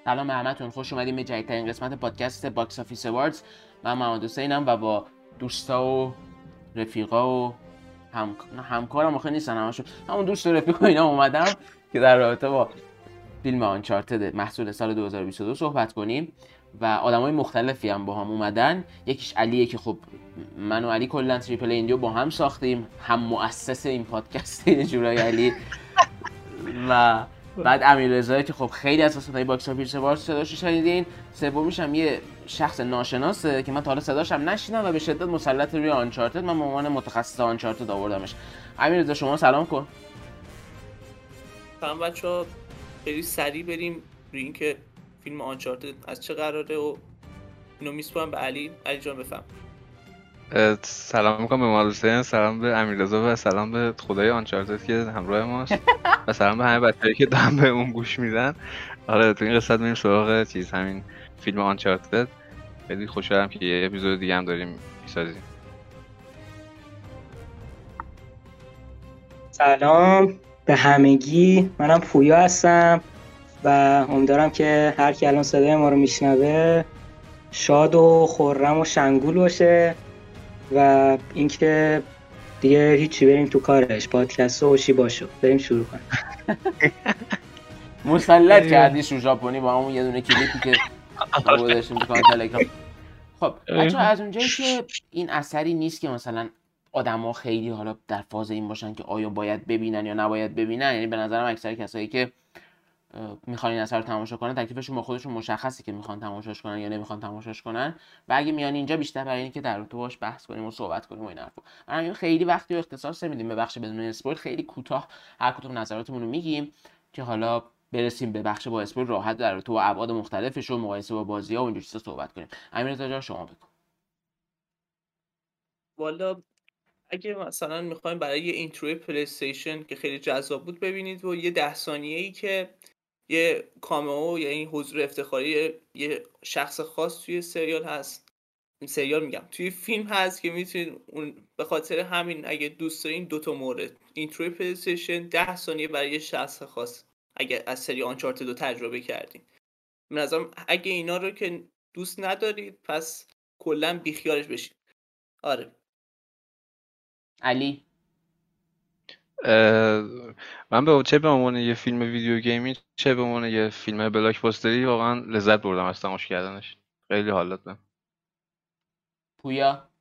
سلام به همتون، خوش اومدیم به جدیدترین قسمت پادکست باکس آفیس اواردز. من محمد حسینم و با دوستا و رفیقا و همکارم آخه نیستن، همون دوست و رفیق و اینا اومدم که در رابطه با فیلم آنچارتد محصول سال 2022 صحبت کنیم و آدمای مختلفی هم با هم اومدن. یکیش علیه که خب من و علی کلا تریپل ایندیو با هم ساختیم، هم مؤسس این پادکست یه جورایی علی، و بعد امیررضا که خب خیلی از قسمت‌های باکس آفیس اواردز صداشو شنیدین. سومیش هم یه شخص ناشناسه که من تا حالا صداش هم نشنیدم و به شدت مسلط روی آنچارتد. من به عنوان متخصص آنچارتد آوردمش. امیررضا شما سلام کن. سلام بچه‌ها، خیلی سریع بریم روی اینکه فیلم آنچارتد از چه قراره و اینو میسپارم به علی. علی جان بفهم. سلام میکنم به محمد حسین، سلام به امیررضا و سلام به خدای آنچارتد که همراه ماست و سلام به همه بچه‌ای که دارن به اون گوش میدن. آره تو این قسمت میریم سراغ همین فیلم آنچارتد. خیلی خوشحالم که یه اپیزود دیگه هم داریم میسازیم. سلام به همگی، منم پویا هستم و امیدوارم که هر کی الان صدای ما رو میشنوه شاد و خرم و شنگول باشه و اینکه دیگه هیچی بریم تو کارش، پادکست و هوشی باشو بریم شروع کنیم. مسلط کردیش رو ژاپنی با همون یه دونه کلیپی که گذاشتیم تو کانال تلگرام. خب بچه‌ها، از اونجایی که این اثری نیست که مثلا آدما خیلی حالا در فاز این باشن که آیا باید ببینن یا نباید ببینن، یعنی به نظرم اکثر کسایی که میخوان این اثر رو تماشا کنن تکلیفشون با خودشون مشخصه که میخوان تماشاش کنن یا نمیخوان تماشاش کنن و اگه میان اینجا بیشتر برای اینکه در تو باش بحث کنیم و صحبت کنیم و این حرفا. من خیلی وقتی رو اختصاص نمیدیم به بخش بدون اسپویل، خیلی کوتاه هر کدوم نظراتمون رو میگیم که حالا برسیم به بخش با اسپویل راحت در تو ابعاد مختلفش و مقایسه با بازی‌ها و اینجور چیزا صحبت کنیم. امیررضا جان شما بگو. والا اگه مثلا میخوایم برای یه اینتروی پلی استیشن که خیلی جذاب بود ببینید و یه 10 ثانیه‌ای که یه کامیو یا این حضور افتخاری یه شخص خاص توی سریال هست، این سریال میگم توی فیلم هست که میتونید اون به خاطر همین اگه دوست دارین دوتا مورد اینتروی پلی استیشن 10 ثانیه برای یه شخص خاص اگه از سری آنچارتد رو تجربه کردین. به نظرم اگه اینا رو که دوست ندارید پس کلا بیخیالش بشید. آره علی من چه به عنوان یه فیلم ویدیو گیمی چه به عنوان یه فیلم بلاکباستری واقعا لذت بردم از تماشا کردنش. خیلی حال داد. پویا.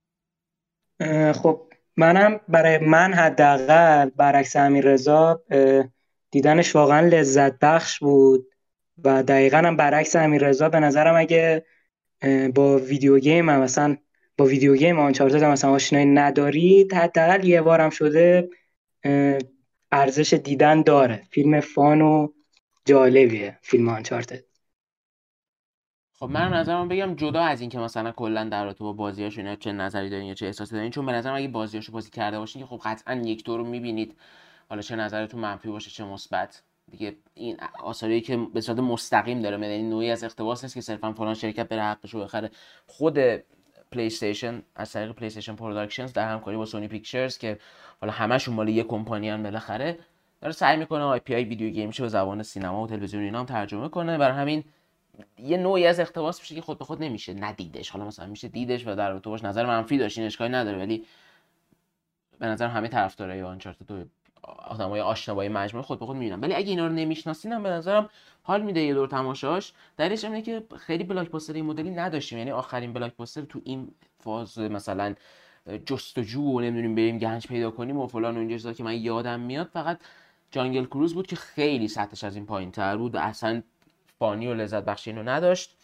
خب منم برای من حداقل برعکس امیررضا دیدنش واقعا لذت بخش بود و دقیقاً هم برعکس امیررضا به نظرم اگه با ویدیو گیم هم مثلا با ویدیو گیم آنچارتد مثلا آشنایی ندارید حداقل یه بارم شده ارزش دیدن داره. فیلم فان و جالبیه فیلم آنچارتد. خب من نظرم بگم جدا از این که مثلا کلا در رابطه با بازیاشو اینا چه نظری دارین یا چه احساسی دارین، چون به نظرم اگه بازیاشو بازی کرده باشین که خب قطعا یک دو رو میبینید، حالا چه نظرتون منفی باشه چه مثبت، دیگه این آثاری که به صورت مستقیم داره میاد، این نوعی از اقتباس نیست که صرفا فلان شرکت بره حقشو بخره. خود پلی استیشن از طریق پلی استیشن پروداکشنز در همکاری با سونی پیکچرز که حالا همشون مال یه کمپانی ان بالاخره، داره سعی میکنه آی پی آی ویدیو گیمشو به زبان سینما و تلویزیون اینا هم ترجمه کنه. برای همین یه نوعی از اقتباس میشه که خود به خود نمیشه ندیدش. حالا مثلا میشه دیدش و در رابطه باش نظر منفی داشتین، اشکالی نداره، ولی به نظر همه طرفدارای آنچارتد و آدمای آشنا با مجموعه خود به خود میبینن. ولی اگه اینا رو نمیشناسین هم به نظرم حال میده یه دور تماشاش. دلیلش اینه که خیلی بلاکباستر این مدلی نداشتیم، یعنی آخرین بلاکباستر تو این فاز مثلا جستجو و نمیدونیم بریم گنج پیدا کنیم و فلان و این چیزا که من یادم میاد فقط جانگل کروز بود که خیلی سطحش از این پایین‌تر بود و اصلا فانی و لذت بخشی اینو نداشت.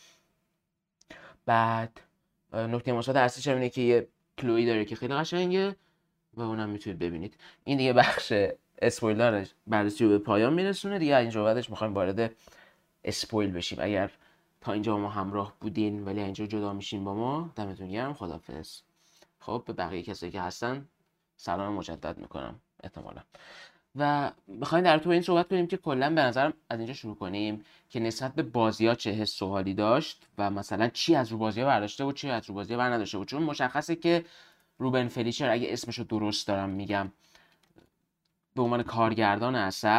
بعد نکته مثبت اصلیش هم اینه که یه کلویی داره که خیلی قشنگه و اونم میتونید ببینید. این دیگه بخش اسپویلر بررسی رو به پایان میرسونه دیگه. اینجا بعدش میخوایم وارد اسپویل بشیم. اگر تا اینجا ما همراه بودین ولی اینجا جدا میشین با ما، دمتون گرم، خدافظ. خب به بقیه کسایی که هستن سلام مجدد میکنم احتمالا. و میخوایم در تو این صحبت کنیم که کلا به نظرم از اینجا شروع کنیم که نسبت به بازی‌ها چه حس و حالی داشت و مثلا چی از رو بازی‌ها برداشته و چی از رو بازی‌ها برنداشته بود. چون مشخصه که روبن فلیچر، اگه اسمشو درست دارم میگم، به عنوان کارگردان اثر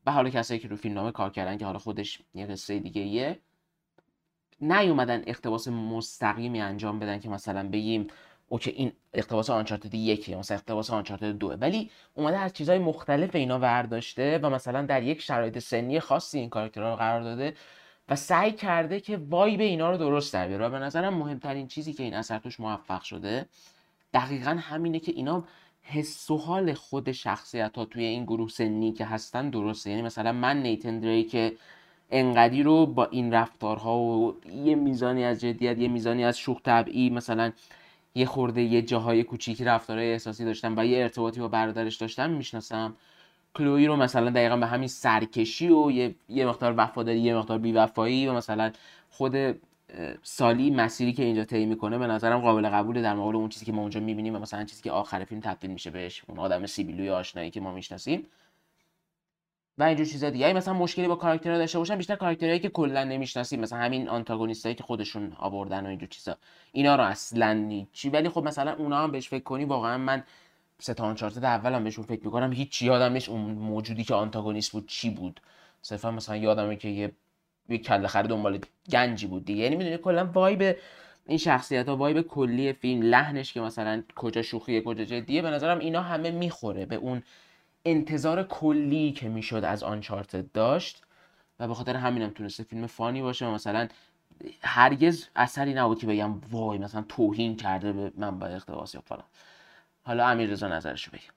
و حالا کسایی که رو فیلمنامه کار کردن که حالا خودش یه قصه دیگه ایه، نیومدن اقتباس مستقیمی انجام بدن که مثلا بگیم اوکی این اقتباس آنچارتد 1 یا مثلا اقتباس آنچارتد 2، ولی اومده از چیزهای مختلف اینا برداشته و مثلا در یک شرایط سنی خاصی این کاراکترها رو قرار داده و سعی کرده که وایب اینا رو درست در بیاره. و به نظرم مهمترین چیزی که این اثر توش موفق شده دقیقاً همینه که اینا حس و حال خود شخصیت ها توی این گروه سنی که هستن درسته. یعنی مثلا من نیتن دریک انقدی رو با این رفتارها و یه میزانی از جدیت، یه میزانی از شوخ طبعی، مثلا یه خورده یه جاهای کوچیکی رفتارهای احساسی داشتم و یه ارتباطی با برادرش داشتم میشناسم. کلوی رو مثلا دقیقا به همین سرکشی و یه مقدار وفاداری، یه مقدار بی‌وفایی و مثلا خود سالی مسیری که اینجا طی میکنه به نظرم قابل قبوله در مقابل اون چیزی که ما اونجا میبینیم و مثلا چیزی که آخر فیلم تبدیل میشه بهش، اون آدم سیبیلوی آشنایی که ما میشناسیم و اینجور چیزا دیگه. مثلا مشکلی با کاراکترها داشته باشن بیشتر کاراکترهایی که کلا نمیشناسیم، مثلا همین آنتاگونیستایی که خودشون آوردن و اینجور چیزا، اینا رو اصلا چی. ولی خب مثلا اونا هم بهش فکر کنی واقعا من سه تا آنچارتد اولم بهشون فکر میکنم هیچ یادم نیست اون موجودی که آنتاگونیست بود چی بود، صرفا مثلا یادمه که یه کله خر دنبال گنجی بود دیگه. یعنی میدونی کلا وایب این شخصیت ها، وایب کلی فیلم، لحنش که مثلا کجا شوخیه کجا جدیه، به نظرم اینا همه میخوره به اون انتظار کلی که میشد از آنچارتد داشت و به خاطر همینم تونسته فیلم فانی باشه و مثلا هرگز اثری نبود که بگم وای مثلا توهین کرده به منبع اقتباس یا فلان. حالا امیررضا نظرشو بگه.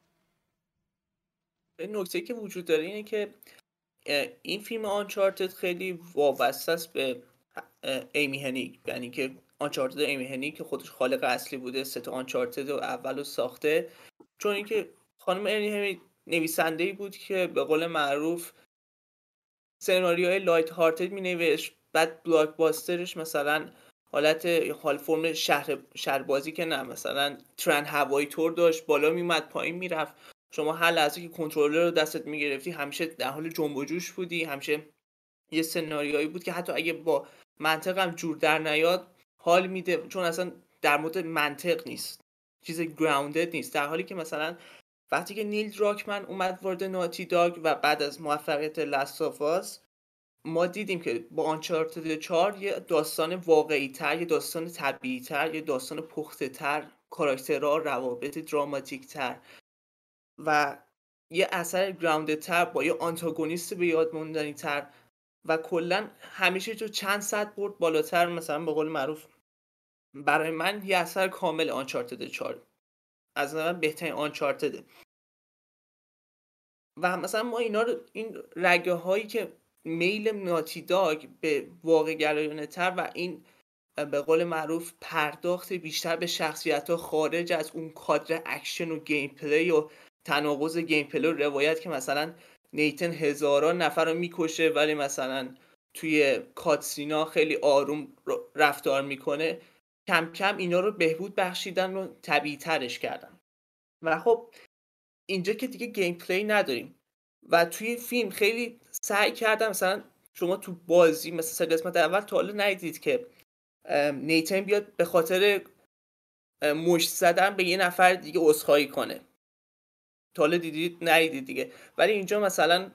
نکته که وجود داره اینه که این فیلم آنچارتد خیلی وابسته است به ایمی هنیگ، یعنی که آنچارتد ایمی هنیگ که خودش خالق اصلی بوده، سه تا آنچارتد اولو ساخته. چون اینکه خانم ایمی هنیگ نویسنده‌ای بود که به قول معروف سناریوهای لایت هارتد مینوشت، بعد بلاک باسترش مثلا حالت فرم شهربازی که نه، مثلا ترن هوایی تور داشت، بالا میمد پایین میرفت، شما هر لحظه که کنترلر رو دستت میگرفتی همیشه در حال جنب و جوش بودی. همیشه یه سناریویی بود که حتی اگه با منطق هم جور در نیاد حال میده، چون اصلا در مورد منطق نیست، چیز گراوندد نیست. در حالی که مثلا وقتی که نیل دراکمن اومد وارد ناتی داگ و بعد از موفقیت لاست آف آس، ما دیدیم که با آنچارتد 4 یه داستان واقعی تر، یه داستان طبیعی تر، یه داستان پخته تر، کاراکترها، روابط دراماتیک تر و یه اثر گراوندد تر با یه آنتاگونیست به یاد موندنی تر و کلا همیشه تو چند صد برد بالاتر. مثلا به قول معروف برای من یه اثر کامل آنچارتد 4 از نظر من بهترین آنچارتده. و مثلا ما اینا رو، این رگه هایی که میل ناتی داگ به واقع گرایانه تر و این به قول معروف پرداخت بیشتر به شخصیت ها خارج از اون کادر اکشن و گیم پلی و تناقض گیم پلی و روایت که مثلا نیتن هزاران نفر رو میکشه ولی مثلا توی کاتسینا خیلی آروم رفتار میکنه، کم کم اینا رو بهبود بخشیدن و طبیعی ترش کردن. و خب اینجا که دیگه گیم پلی نداریم و توی فیلم خیلی سعی کردم، مثلا شما تو بازی مثلا قسمت اول تا حالا ندیدید که نیتن بیاد به خاطر مشت زدن به یه نفر دیگه عذرخواهی کنه. تا حالا دیدید؟ ندیدید دیگه. ولی اینجا مثلا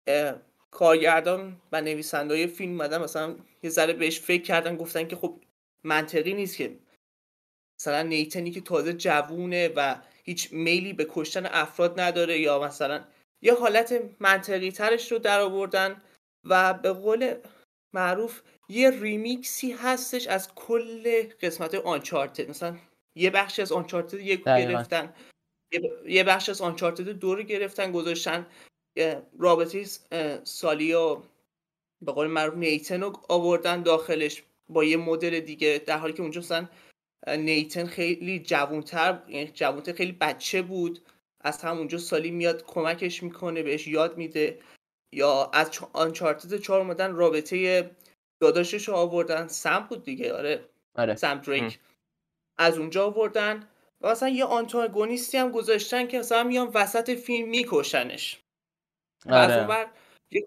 کارگردان و نویسنده‌های فیلم اومدن مثلا یه ذره بهش فکر کردن، گفتن که خب منطقی نیست که مثلا نیتنی که تازه جوونه و هیچ میلی به کشتن افراد نداره، یا مثلا یه حالت منطقی ترش رو در آوردن و به قول معروف یه ریمیکسی هستش از کل قسمت آنچارتد. مثلا یه بخشی از آنچارتد یک گرفتن، یه بخش از آنچارتد 2 رو گرفتن گذاشتن، رابطه سالی و به قول معروف نیتن رو آوردن داخلش با یه مدل دیگه، در حالی که اونجا مثلا نیتن خیلی جوانتر، یعنی جوانتر خیلی بچه بود، از همونجا سالی میاد کمکش میکنه، بهش یاد میده. یا از آنچارتد 4 اومدن رابطه داداشش رو آوردن، سم بود دیگه، آره. سم دریک از اونجا آوردن و مثلا یه آنتاگونیستی هم گذاشتن که مثلا میان وسط فیلم میکشنش. و از اون بر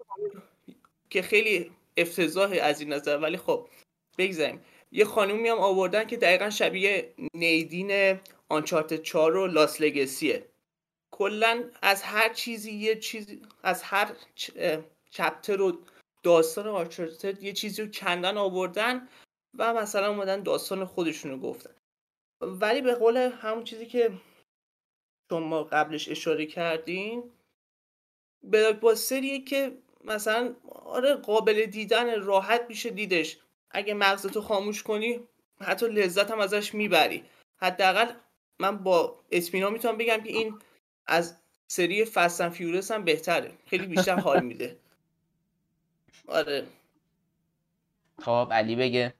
که خیلی افتضاحه از این نظر، ولی خب بگذاریم. یه خانومی هم آوردن که دقیقا شبیه نیدین آنچارتد 4 و لاس لگسیه کلا از هر چیزی یه چیزی، از هر چپتر و داستان آنچارتد یه چیزی رو کندن آوردن و مثلا اومدن داستان خودشونو گفتن. ولی به قول همون چیزی که شما قبلش اشاره کردین، بلاک باستریه که مثلا آره قابل دیدن، راحت میشه دیدش. اگه مغزتو خاموش کنی حتی لذت هم ازش میبری. حداقل من با اطمینان میتونم بگم که این از سری فست اند فیورس هم بهتره، خیلی بیشتر حال میده. آره خب علی بگه.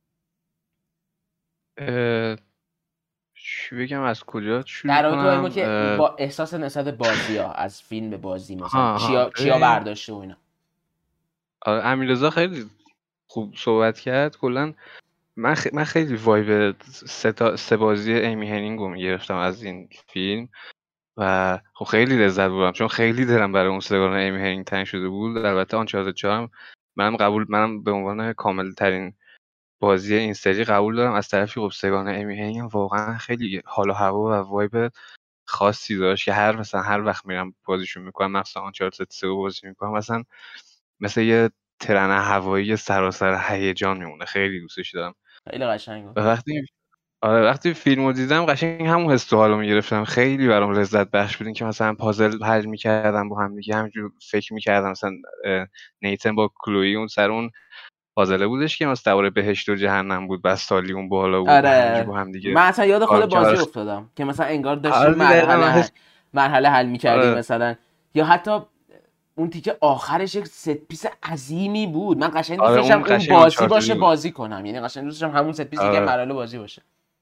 چی بگم، از کجا شروع در رابطه با اینو کنم؟ که با احساس نسبت بازی ها از فیلم به بازی مثلا چیا ببین، برداشته و اینا. آره امیررضا خیلی خوب صحبت کرد. کلا من خیلی وایب سه بازی ایمی هنینگ رو میگرفتم از این فیلم و خب خیلی لذت بردم، چون خیلی دلم برای اون سگانه ایمی هنینگ تنگ شده بود. البته آنچارتد 4 هم منم به عنوان کامل ترین بازی این سری قبول دارم. از طرفی خب سگانه ایمی هنینگ هم واقعا خیلی حال و هوا و وایب خاصی داشت که هر وقت میرم بازیشون میکنم، مخصوصا آنچارتد 3 رو بازی میکنم، مثل یه ترن هوایی سراسر هیجان میمونه. خیلی دوستش دارم. خیلی قشنگ بود. و وقتی فیلمو دیدم قشنگ همون حس و حالو میگرفتم. خیلی برام لذت بخش بود که مثلا پازل حل میکردم با هم دیگه، همینجور فکر میکردم مثلا نیتن با کلوی اون سر اون پازله بودش که مثلا درباره بهشت و جهنم بود، بس سالی اون بالا بود و همینجور آره با هم دیگه من اصلا یاد خود بازی آره افتادم که مثلا انگار داشتیم آره دقیقاً مرحله حل میکردیم آره مثلا. یا حتی اون تیکه آخرش یک ست پیس عظیمی بود. من قشنگ دوست آره داشتم اون اون قشنگ بازی آنچارتدی باشه، بود. بازی کنم. یعنی قشنگ دوست داشتم همون ست پیسی که آره مرحله بازی باشه.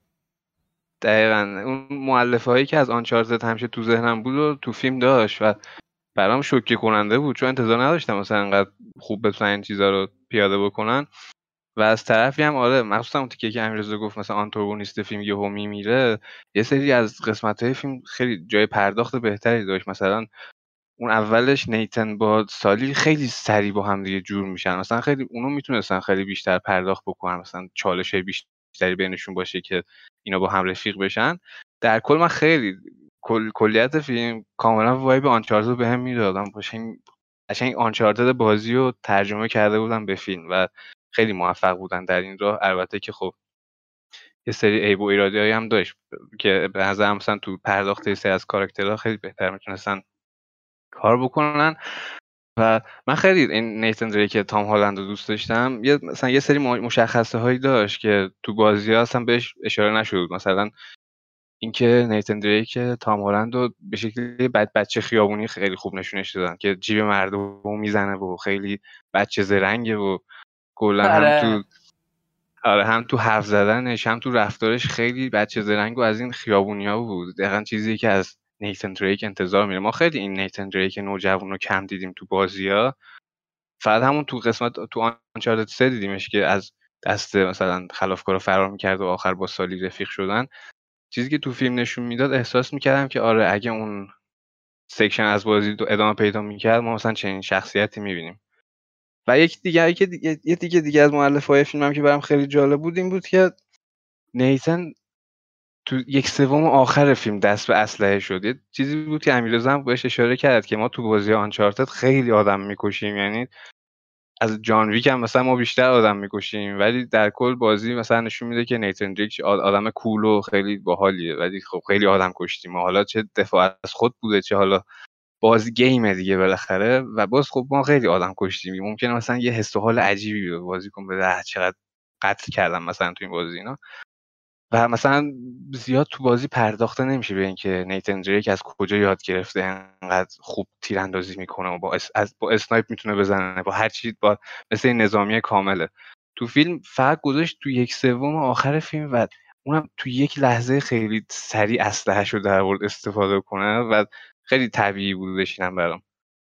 دقیقاً اون مؤلفه‌هایی که از آنچارتد همیشه تو ذهنم بود و تو فیلم داشت و برام شوکه کننده بود، چون انتظار نداشتم مثلا انقدر خوب بتونن این چیزا رو پیاده بکنن. و از طرفی هم آره مخصوصا اون تیکه که امیررضا گفت مثلا آنتاگونیست فیلم یهو میمیره، یه سری از قسمت‌های فیلم خیلی جای پرداخت بهتری داشت. مثلا اون اولش نیتن با سالی خیلی سریع با هم دیگه جور میشن، مثلا خیلی اونو میتونستن خیلی بیشتر پرداخت بکنن، مثلا چالش بیشتری بینشون باشه که اینا با هم رفیق بشن. در کل من خیلی کلیت فیلم کاملا وایب آنچارتد بهم میدادم. قشنگ آنچارتد بازی رو ترجمه کرده بودن به فیلم و خیلی موفق بودن در این راه. البته که خب یه سری عیب و ایرادیایی هم داشت که به نظرم مثلا تو پرداخت یه سری از کاراکترها خیلی بهتر میتونستن کار بکنن. و من خیلی این نیتن دریک تام هالند رو دوست داشتم. مثلا یه سری مشخصه هایی داشت که تو بازی ها اصلا بهش اشاره نشده بود. مثلا اینکه نیتن دریک تام هالند رو به شکلی بچه خیابونی خیلی خوب نشونش دادن که جیب مردم رو میزنه و خیلی بچه زرنگه و کلا آره هم تو حرف زدنش هم تو رفتارش خیلی بچه زرنگ و از این خیابونیا بود. دقیقاً چیزی که از نیتن دریک انتظار میره. ما خیلی این نیتن دریک نوجوان رو کم دیدیم تو بازی‌ها. فقط همون تو قسمت تو آنچارتد 3 دیدیمش که از دست مثلا خلافکارا فرار می‌کرد و آخر با سالی رفیق شدن. چیزی که تو فیلم نشون میداد احساس می‌کردم که آره اگه اون سکشن از بازی ادامه پیدا می‌کرد ما مثلا چنین شخصیتی می‌بینیم. و یه دیگه از مؤلفه‌های فیلمم که برام خیلی جالب بود این بود که نیتن تو 1/3 آخر فیلم دست به اسلحه شد. یه چیزی بود که امیررضا هم بهش اشاره کرد که ما تو بازی آنچارتد خیلی آدم می‌کشیم، یعنی از جان ویک هم مثلا ما بیشتر آدم می‌کشیم، ولی در کل بازی مثلا نشون میده که نیتن دریک آدم کول و خیلی باحالیه، ولی خب خیلی آدم کشتیم. حالا چه دفاع از خود بوده چه حالا بازی گیمه دیگه بالاخره، و باز خب ما خیلی آدم کشتیم. ممکنه مثلا یه حس و حال عجیبی به بازیکن بده، چقدر قتل کردم مثلا تو این بازی اینا. و مثلا زیاد تو بازی پرداخته نمیشه به اینکه نیتن دریک از کجا یاد گرفته انقدر خوب تیراندازی میکنه و با اسنایپ میتونه بزنه، با هر چیز، با مثل این نظامی کامله. تو فیلم فقط گذاشت تو 1/3 آخر فیلم و اونم تو یک لحظه خیلی سریع اسلحه‌شو در آورد استفاده کنه و خیلی طبیعی بود بشینم برام.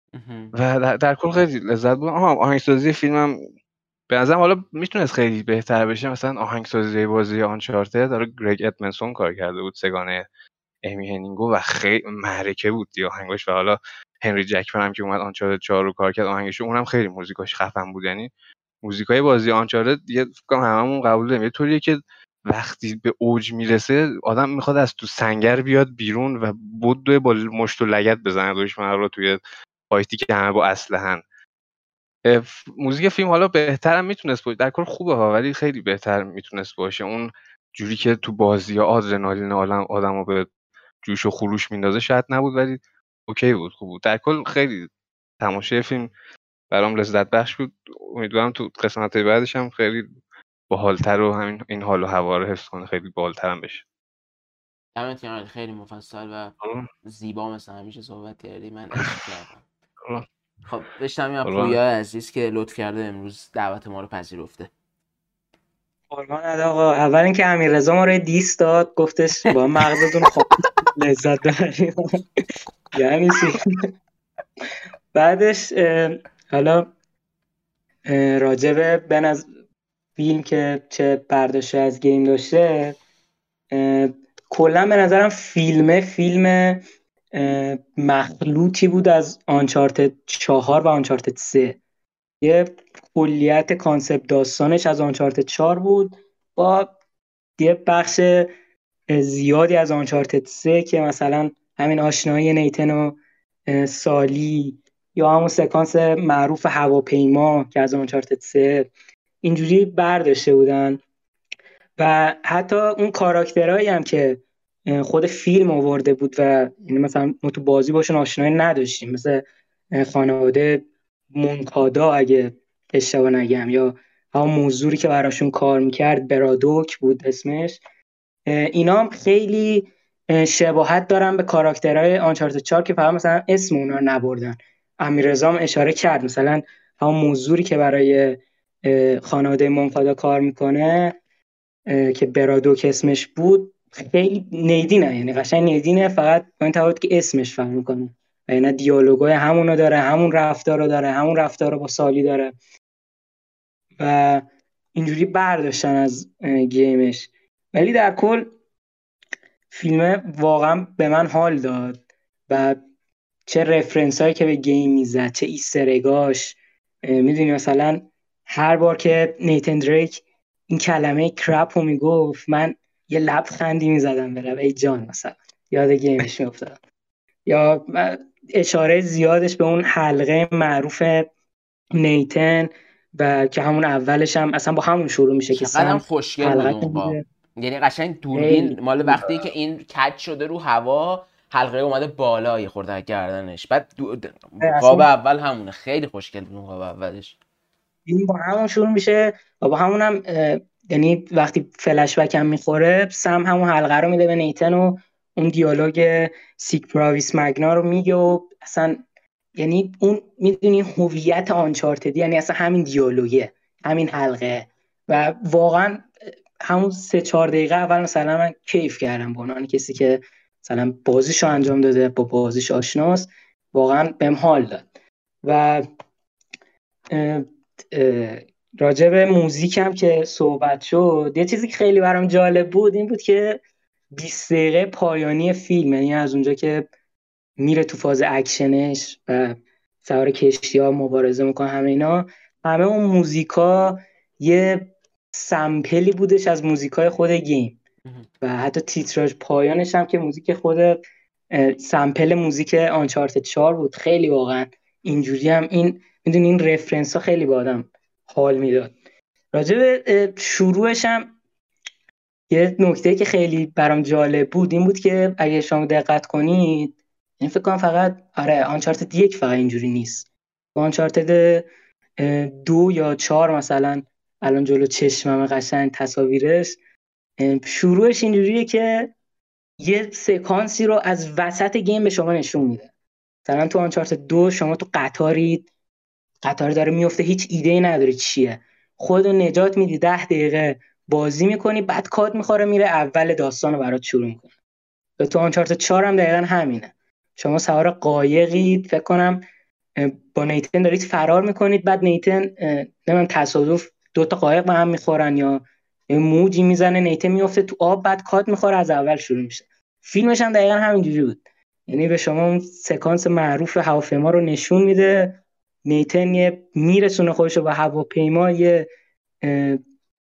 و در کل خیلی لذت بردم. آهنگسازی فیلمم به نظرم حالا میتونست خیلی بهتر بشه. مثلا آهنگسازی بازی آنچارتد داره گرگ ادمنسون کار کرده بود، سگانه امی هنینگو، و خیلی معرکه بود دی آهنگاش. و حالا هنری جکمن هم که اومد آنچارتد 4 رو کار کرد آهنگش، اونم خیلی موزیکاش خفن بود. یعنی موزیکای بازی آنچارتد دیگه فکر کنم هممون قبول داریم یه طوریه که وقتی به اوج میرسه آدم میخواد از تو سنگر بیاد بیرون و بدوه با مشت و لگد بزنه دشمن رو توی فایتی که همه با اسلحه‌ن. موزیک فیلم حالا بهترم میتونست باشه، در کل خوبه ها، ولی خیلی بهتر میتونست باشه. اون جوری که تو بازی ها آدرنالین آدمو به جوش و خروش میندازه شاید نبود، ولی اوکی بود، خوب بود. در کل خیلی تماشای فیلم برام لذت بخش بود. امیدوارم تو قسمت بعدش هم خیلی باحال‌تر و همین این حال و هوا رو حفظ کنه، خیلی باحال‌ترم بشه. دمت گرم، خیلی مفصل و زیبا مثل همیشه صحبت کردی، من عشق کردم. خب بشنویم از پویا عزیز که لطف کرده امروز دعوت ما رو پذیرفته. قربانت آقا. اول اینکه امیررضا ما رو دیس داد، گفتش با مغزتون خوب لذت ببرید. یعنی چی؟ بعدش حالا راجب بن از فیلم که چه برداشتی از گیم داشته، کلا به نظرم فیلم مخلوطی بود از آنچارتد 4 و آنچارتد 3. یه کلیت کانسپت داستانش از آنچارتد 4 بود با یه بخش زیادی از آنچارتد 3 که مثلا همین آشنایی نیتن و سالی یا همون سکانس معروف هواپیما که از آنچارتد 3 اینجوری برداشته بودن. و حتی اون کاراکترهایی هم که خود فیلم آورده بود و یعنی مثلا ما تو بازی باشون آشنایی نداشتیم، مثل خانواده مونکادا اگه اشتباه نگم، یا همون موضوعی که براشون کار میکرد برادوک بود اسمش، اینا هم خیلی شباهت دارن به کاراکترهای آنچارتد 4 که فقط مثلا اسم اونا رو نبردن. امیررضا هم اشاره کرد مثلا همون موضوعی که برای خانواده مونکادا کار میکنه که برادوک اسمش بود، خیلی نیدینه، یعنی قشنگ نیدینه، فقط با این تفاوت که اسمش فرق میکنه و اینا دیالوگای همونو داره، همون رفتار رو داره، همون رفتار رو با سالی داره و اینجوری برداشتن از گیمش. ولی در کل فیلم واقعا به من حال داد و چه رفرنس هایی که به گیم میزد، چه ایستر اگاش. میدونی مثلا هر بار که نیتن دریک این کلمه کرپ رو میگفت، من یه لبخندی میزدم به لب ای جان، مثلا یاد گیمش میافتادم. یا اشاره زیادش به اون حلقه معروف نیتن و که همون اولش هم اصلا با همون شروع میشه که چقدر سم خوشگل بود اون قاب، یعنی قشنگ دوربین مال وقتی که این کج شده رو هوا، حلقه اومده بالا یه خورده گردنش، بعد قاب اول همونه، خیلی خوشگل بود اون قاب اولش. این با همون شروع میشه و با همون هم یعنی وقتی فلش بک هم میخوره، سم همون حلقه رو میده به نیتن و اون دیالوگ سیک پراویس مگنا رو میگه و اصلا یعنی اون میدونی هویت آنچارتدی، یعنی اصلا همین دیالوگه، همین حلقه. و واقعا همون 3-4 دقیقه اول مثلا من کیف کردم به عنوان کسی که مثلا بازیشو انجام داده، با بازیش آشناست، واقعا بهم حال داد. و راجع به موزیک هم که صحبت شد، یه چیزی که خیلی برام جالب بود این بود که 20 دقیقه پایانی فیلم، یعنی از اونجا که میره تو فاز اکشنش و سوار کشتی‌ها مبارزه میکنه، همه اون موزیکا یه سمپلی بودش از موزیکای خود گیم و حتی تیتراژ پایانش هم که موزیک خود سمپل موزیک آنچارتد 4 بود. خیلی واقعا اینجوری هم این میدونی این رفرنس ها خیلی با آدم حال میداد. راجع به شروعش هم یه نکته که خیلی برام جالب بود این بود که اگه شما دقت کنید، این فکر کنم فقط آنچارتد 1 فقط اینجوری نیست، آنچارتد 2 یا 4 مثلا الان جلو چشمم قشنگ تصاویرش، شروعش اینجوریه که یه سکانسی رو از وسط گیم به شما نشون میده. مثلا تو آنچارتد 2 شما تو قطار داره میفته، هیچ ایده‌ای نداری چیه، خودتو نجات میدی، 10 دقیقه بازی میکنی، بعد کات میخوره میره اول داستان رو برات شروع میکنه. و تو آنچارتد 4 هم دقیقا همینه، شما سوار قایقید، فکر کنم با نیتن دارید فرار میکنید، بعد نیتن نمیدونم تصادف 2 تا قایق با هم میخورن یا موجی میزنه، نیتن میفته تو آب، بعد کات میخوره از اول شروع میشه. فیلمش هم دقیقا همینجوری بود، یعنی به شما اون سکانس معروف هواپیما رو نشون میده، نیتن میرسونه خودش رو به هواپیما، یه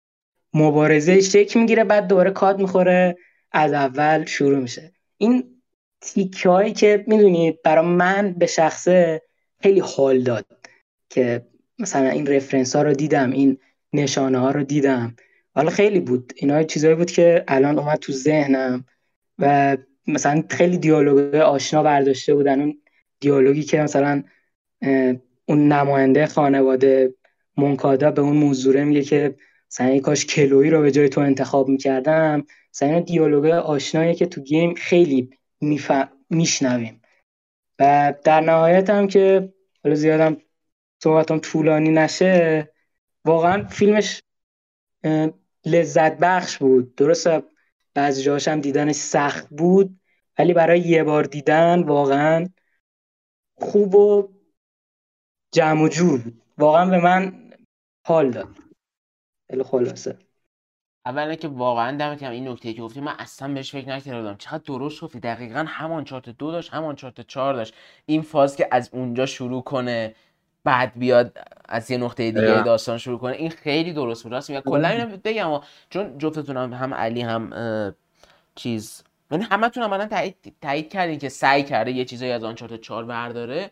مبارزه شکل میگیره، بعد دوباره کات میخوره، از اول شروع میشه. این تیکه هایی که میدونید برای من به شخصه خیلی حال داد که مثلا این رفرنس ها رو دیدم، این نشانه ها رو دیدم. حالا خیلی بود، اینا چیزایی بود که الان اومد تو ذهنم. و مثلا خیلی دیالوگ آشنا برداشته بودن، اون دیالوگی که مثلا اون نماینده خانواده مونکادا به اون موزوره میگه که مثلا ای کاش کلویی رو به جای تو انتخاب میکردم. مثلا این دیالوگ آشنایی که تو گیم خیلی میشنویم. و در نهایت هم که حالا زیادم صحبتم طولانی نشه، واقعا فیلمش لذت بخش بود. درسته بعضی جاهاش هم دیدنش سخت بود، ولی برای یه بار دیدن واقعا خوب و جمع و جور بود. واقعا به من حال داد. خیلی خلاصه اولا که واقعا دمت گرم این نکته که گفتی، من اصلا بهش فکر نکردم. چقدر درست گفتی، دقیقاً همان چارت 2 داشت، همان چارت 4 داشت. این فاز که از اونجا شروع کنه بعد بیاد از یه نقطه دیگه داستان شروع کنه، این خیلی درست بود. راست میگم. کلا اینو بگم چون جفتتون هم علی هم چیز، یعنی همتون عملاً تایید کردین که سعی کرده یه چیزایی از آنچارت 4 برداره.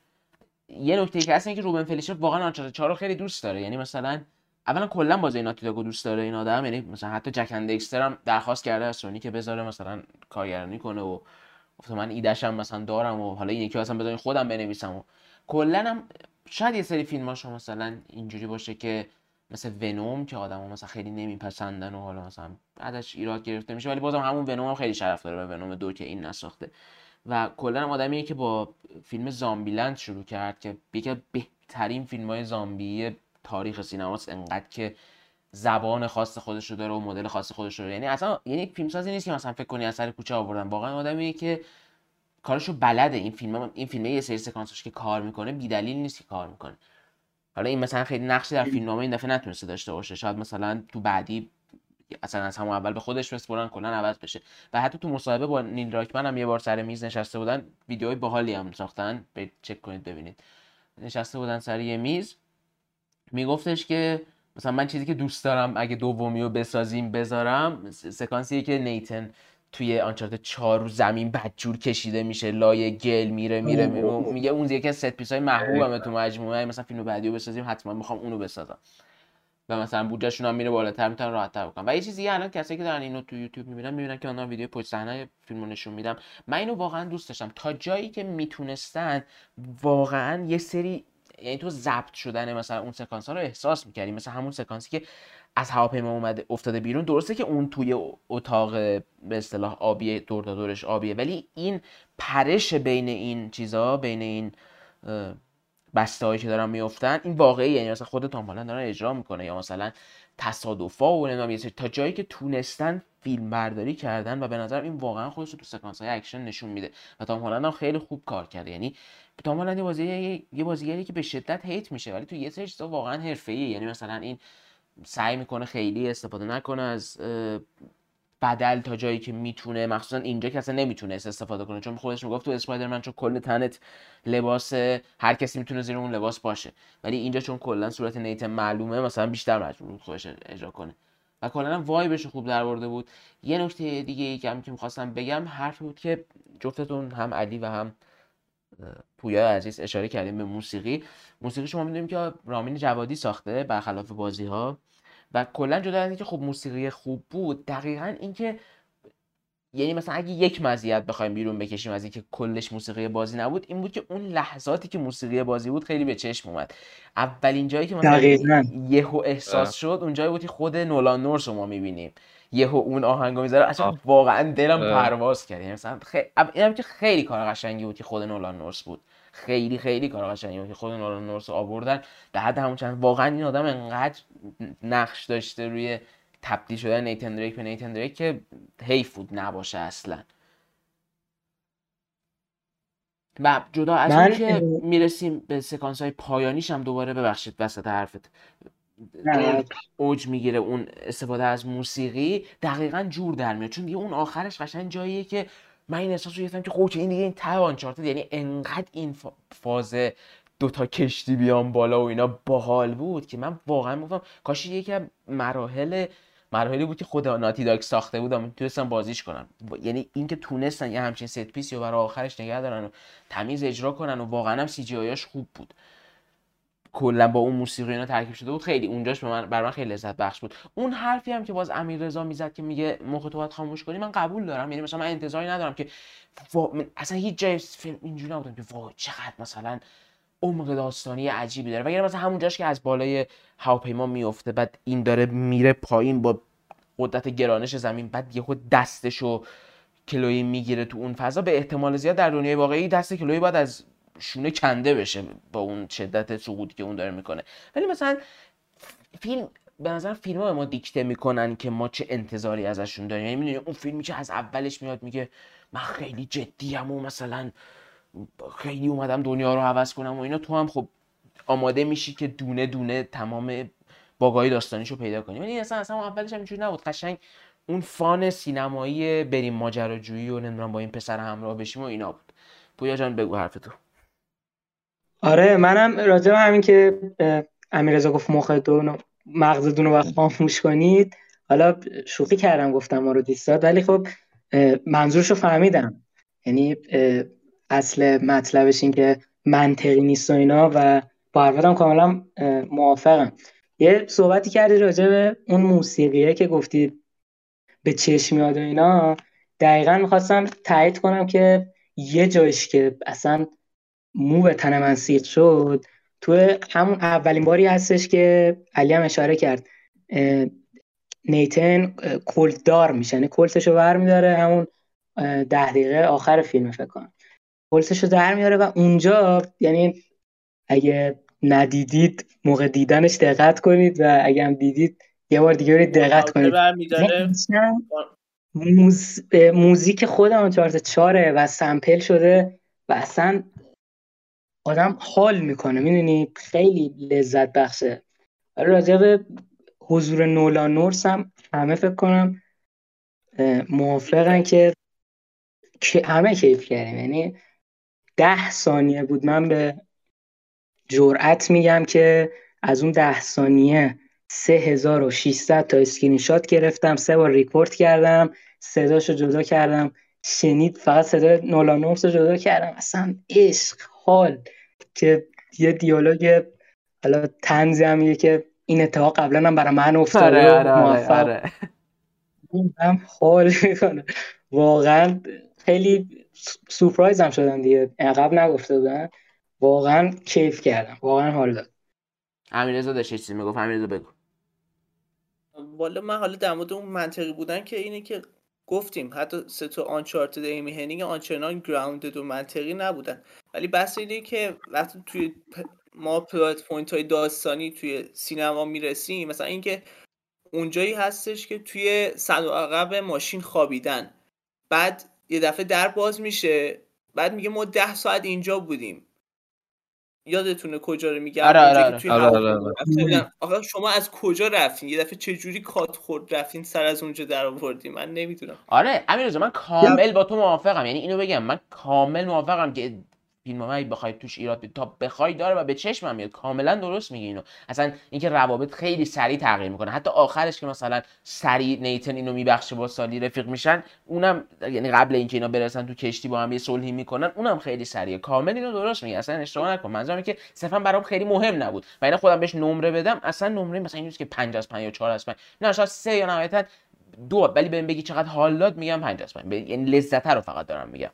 یه نکته که هست اینه که روبن فلیشر واقعا آنچارت 4 رو خیلی دوست داره. یعنی مثلا اولا کلا بازی ناتی داگو دوست داره این آدم. یعنی مثلا حتی جک اند دکستر هم درخواست کرده از سونی که بذاره مثلا کارگردانی کنه و گفته من ایده‌ش هم مثلا دارم و حالا این یکی اصلا بذارین خودم بنویسم. و کلا هم شاید یه سری فیلماشو مثلا اینجوری باشه که مثل ونوم که آدما مثلا خیلی نمیپسندن و حالا مثلا بعدش ایراد گرفته میشه، ولی بازم همون ونوم هم خیلی شرف داره به ونوم 2 که این نساخته. و کلا هم آدمیه که با فیلم زامبیلند شروع کرد که یکی از بهترین فیلم‌های زامبی تاریخ سینماست، انقدر که زبان خاص خودش رو داره و مدل خاص خودش رو داره. یعنی اصلا یعنی فیلمسازی نیست که مثلا فکر کنی از سر کوچه آوردن، واقعا آدمیه که کارشو بلده. این فیلم یه سری سکانسش که کار میکنه بی‌دلیل نیست که کار میکنه. حالا این مثلا خیلی نقشی در فیلمنامه این دفعه نتونسته داشته باشه، شاید مثلا تو بعدی اصلا از همون اول به خودش بسپرن کلا عوض بشه. و حتی تو مصاحبه با نیل راکمن هم یه بار سر میز نشسته بودن، ویدیوهای باحالی هم ساختن، برید چک کنید ببینید. نشسته بودن سر یه میز، میگفتش که مثلا من چیزی که دوست دارم اگه دومیو بسازیم بذارم سکانسیه که نیتن توی آنچارت 4 رو زمین بدجور کشیده میشه، لای گل میره میگه اون یکی از ست پیس‌های محبوبمه تو مجموعه، مثلا فیلم بعدیو بسازیم حتما میخوام اونو بسازم. و مثلا بودجهشون هم میره بالاتر، میتونن راحت‌تر بکنن. و یه چیزی الان کسایی که دارن اینو تو یوتیوب میبینن که من ویدیو پشت صحنه فیلمو نشون میدم. من اینو واقعا دوست داشتم تا جایی که میتونستن واقعا یه سری، یعنی تو ضبط شدن مثلا اون سکانس ها رو احساس می‌کردی. مثلا همون سکانسی که از هواپیما اومده افتاده بیرون، درسته که اون توی اتاق به اصطلاح آبیه، دور تا دورش آبیه، ولی این پرش بین این چیزا، بین این بسته‌هایی که دارن میافتن، این واقعی. یعنی مثلا خود تام هالند داره اجرا میکنه یا مثلا تصادفا و نمیدونم تا جایی که تونستن فیلم برداری کردن و به نظر این واقعا خودش رو تو سکانس‌های اکشن نشون میده. و تام هالند هم خیلی خوب کار کرده. یعنی تام هالند یه بازیگری که به شدت هیت میشه ولی تو یه سری چیزا واقعا حرفه‌ایه. یعنی مثلا این سعی میکنه خیلی استفاده نکنه از بدل تا جایی که میتونه، مخصوصا اینجا که اصلا نمیتونه استفاده کنه، چون خودش میگفت تو اسپایدرمن چون کل تنت لباس، هر کسی میتونه زیر اون لباس باشه، ولی اینجا چون کلا صورت نیتن معلومه مثلا بیشتر مجبور بود خودش اجرا کنه و کلا وایبش خوب درآورده بود. یه نکته دیگه که میخواستم بگم حرف بود که جفتتون هم علی و هم پویا عزیز اشاره کردیم به موسیقی. شما میدونیم که رامین جوادی ساخته برخلاف بازی‌ها و کلا جدا از اینکه خب موسیقی خوب بود، دقیقاً اینکه یعنی مثلا اگه یک مزیت بخوایم بیرون بکشیم از اینکه کلش موسیقی بازی نبود، این بود که اون لحظاتی که موسیقی بازی بود خیلی به چشم اومد. اولین جایی که مثلا یهو احساس شد اون جایی بود که خود نولان نورس رو ما می‌بینیم، یهو اون آهنگو میذاره، اصلا واقعا دلم پرواز کرد. یعنی مثلا اینم که خیلی کار قشنگی بود که خود نولان نورس بود، خیلی کار قشنگی بود که خود نولان نورس آوردن به حد همون چند. واقعا این آدم انقدر نقش داشته روی تبدیل شدن نیتن دریک به نیتن دریک که حیف بود نباشه اصلا. و جدا از اون که میرسیم به سکانس های پایانیش هم دوباره ببخشید وسط حرفت اوج میگیره اون استفاده از موسیقی، دقیقاً جور در میاد، چون دیگه اون آخرش قشنگ جاییه که من این احساس رو گرفتم که خب این دیگه این ته آنچارتد، یعنی انقدر این فاز دوتا کشتی بیان بالا و اینا باحال بود که من واقعا گفتم کاش یکی از مراحلی بود که خود ناتی داگ ساخته بودم میتونستم بازیش کنم. یعنی اینکه تونستن یه همچین ست پیسی رو برای آخرش نگه دارن و تمیز اجرا کنن و واقعا هم سی جی آیاش خوب بود، کلا با اون موسیقی اینا ترکیب شده بود، خیلی اونجاش برای من خیلی لذت بخش بود. اون حرفی هم که باز امیررضا میزد که میگه مخ تو باید خاموش کنی، من قبول دارم. یعنی مثلا من انتظاری ندارم که من اصلا هیچ جای فیلم اینجوری نبودم که وای چقدر مثلا عمق داستانی عجیبی داره، وگرنه مثلا همونجاش که از بالای هواپیما میفته بعد این داره میره پایین با قدرت گرانش زمین، بعد یهو دستشو کلوی میگیره تو اون فضا، به احتمال زیاد در دنیای واقعی دست کلوی باید از شونه کنده بشه با اون شدت سقوطی که اون داره میکنه. ولی مثلا فیلم به نظر فیلم‌ها ما دیکته میکنن که ما چه انتظاری ازشون داریم. یعنی میدونی اون فیلمی که از اولش میاد میگه من خیلی جدیم و مثلا خیلی اومدم دنیا رو عوض کنم و اینا، تو هم خب آماده میشی که دونه دونه تمام باگای داستانیشو پیدا کنی. ولی اصلا اولش هم اینجوری نبود. قشنگ اون فان سینمایی بریم ماجراجویی و نمیدونم با این پسر همراه بشیم و اینا بود. پویا جان بگو حرف تو. آره منم راجع به همین که امیررضا گفت مغزتون رو باید خاموش کنید، حالا شوخی کردم گفتم ما رو دیستاد، ولی خب منظورشو فهمیدم. یعنی اصل مطلبش این که منطقی نیست و اینا، و با حرفتم کاملا موافقم. یه صحبتی کردی راجع به اون موسیقیه که گفتی به چشم میاد و اینا، دقیقا میخواستم تایید کنم که یه جایش که اصلا مو به تن من سیخ شد تو همون اولین باری هستش که علی هم اشاره کرد، نیتن کلت دار میشه، یعنی کلتشو برمیداره همون 10 دقیقه آخر فیلم فکر کنم کلتشو در میاره، و اونجا یعنی اگه ندیدید موقع دیدنش دقت کنید و اگه هم دیدید یه بار دیگه برید دقت کنید. موزیک خود آنچارتد 4 و سمپل شده و اصلا آدم حال میکنه، میدونی خیلی لذت بخشه. راجع به حضور نولان نورس هم همه فکر کنم موافقن که همه کیف کردیم. یعنی 10 ثانیه بود، من به جرئت میگم که از اون 10 ثانیه 3600 تا اسکرین شات گرفتم، 3 بار ریکورد کردم، صداشو جدا کردم، شنید فقط صدای نولان نورس رو جدا کردم. اصلا عشق حال که یه دیالوگ حالا طنزی هم میگه که این اتفاق قبلا هم برای من افتاده و موفق هم حال میکنه. واقعا خیلی سورپرایز هم شدم دیگه، عقب نگفته بودن، واقعا کیف کردم، واقعا حال داد. امیررضا داشت چیزی میگفت، امیررضا بگو. والا من حالا در مورد اون منطقی بودن که اینه که گفتیم حتی سه تا آنچارتد ایمی هنینگ آنچنان گراوندد و منطقی نبودن، ولی بحث اینه که وقتی توی ما پلات پوینت های داستانی توی سینما میرسیم، مثلا اینکه اونجایی هستش که توی صندوق عقب ماشین خوابیدن، بعد یه دفعه در باز میشه، بعد میگه ما 10 ساعت اینجا بودیم. یادتونه کجا رو میگم؟ آقا شما از کجا رفتین؟ یه دفعه چه جوری کات خورد رفتین سر از اونجا در آوردین؟ من نمیدونم. آره امیررضا من کامل با تو موافقم. یعنی اینو بگم من کامل موافقم که فیلم‌هایی بخوای توش ایراد بدی تا بخوای داره و به چشمم میاد. کاملا درست میگی اینو. اصلا اینکه روابط خیلی سریع تغییر میکنه، حتی آخرش که مثلا سریع نیتن اینو میبخشه با سالی رفیق میشن، اونم یعنی قبل اینکه اینا برسن تو کشتی با هم یه صلحی میکنن، اونم خیلی سریعه. کامل اینو درست میگی، اصلا اشتباه نکن. منظورم اینه که صرفا برام خیلی مهم نبود و اینا خودم بهش نمره بدم، اصلا نمره مثلا این نیست که 5 از 5 یا 4 از 5، نه شاید 3 یا نهایتا 2، ولی بهم بگی چقدر حال داد میگم 5 از 5. یعنی لذت رو فقط دارم میگم.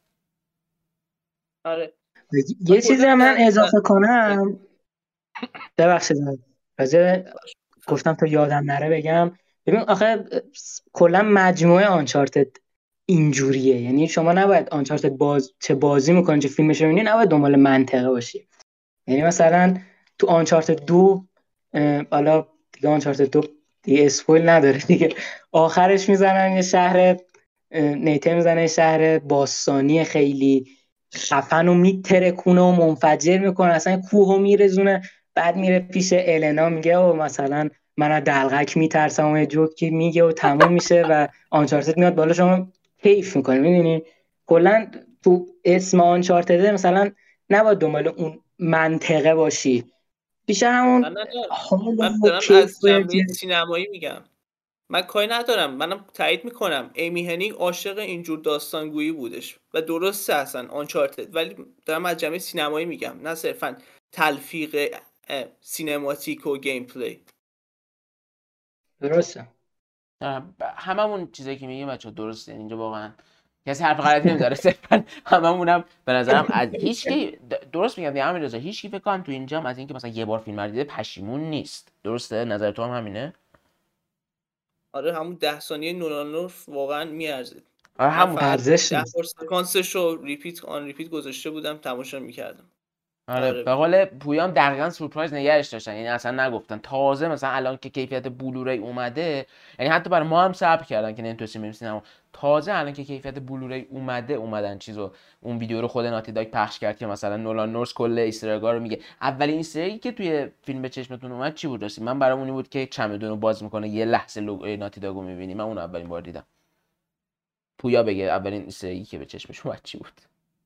آره یه چیزی من اضافه کنم، ببخشید گفتم تا یادم نره بگم. ببین آخه کلا مجموعه آنچارتد اینجوریه، یعنی شما نباید آنچارتد چه بازی میکنی چه فیلمش رو میبینی نباید دنبال منطقه باشی. یعنی مثلا تو آنچارتد 2 حالا دیگه آنچارتد 2 دیگه اسپویل نداره دیگه، آخرش میزنن یه شهر، نیته میزنه شهر باستانی خیلی خفن و میترکونه و منفجر میکنه، اصلا کوهو میرزونه، بعد میره پیش النا میگه و مثلا من از دلغک میترسم و یه جوکی میگه و تموم میشه و آنچارتد میاد بالا، شما کیف میکنی. میدونی کلا تو اسم آنچارتد مثلا نباید دنبال اون منطقه باشی، بیشتر همون حال من و دارم کیف از باید. جنبه سینمایی میگم. من کاری ندارم، منم تایید میکنم ایمی هنینگ عاشق اینجور داستانگویی بودش و درسته اصلا آنچارتد، ولی دارم از جنبه سینمایی میگم، نه صرفا تلفیق سینماتیک و گیم پلی. درسته. هممون چیزایی که میگیم بچه درسته، اینجا واقعا کسی حرف غلطی نمیداره، صرفا هممونم به نظرم از هیچ کی درست میگم دیگه همین رضا، هیچ کی فکر کنم تو اینجا از اینکه مثلا یه بار فیلم رو دیده پشیمون نیست. درسته؟ نظر تو هم همینه؟ آره همون 10 ثانیه نولان نورف واقعا میارزه. آره من همون فقط ارزش 10 نیست. بار سکانسش رو ریپیت گذاشته بودم تماشا میکردم. آره به قول پویام دقیقاً سورپرایز نگرش داشتن، یعنی اصلا نگفتن. تازه مثلا الان که کیفیت بلوری اومده، یعنی حتی برای ما هم صبر کردن که نمیتونستیم بریم سینما، تازه الان که کیفیت بلوری اومدن چیزو، اون ویدیو رو خود ناتی داگ پخش کرد که مثلا نولان نورس کل ایسترگا رو میگه. اولین ایسترگی که توی فیلم به چشمتون اومد چی بود راستی؟ من برام اونی بود که چمدون رو باز میکنه یه لحظه لوگوی ناتی داگو میبینی. من اون اولین بار دیدم. پویا بگه اولین ایسترگی که به چشمش اومد چی بود.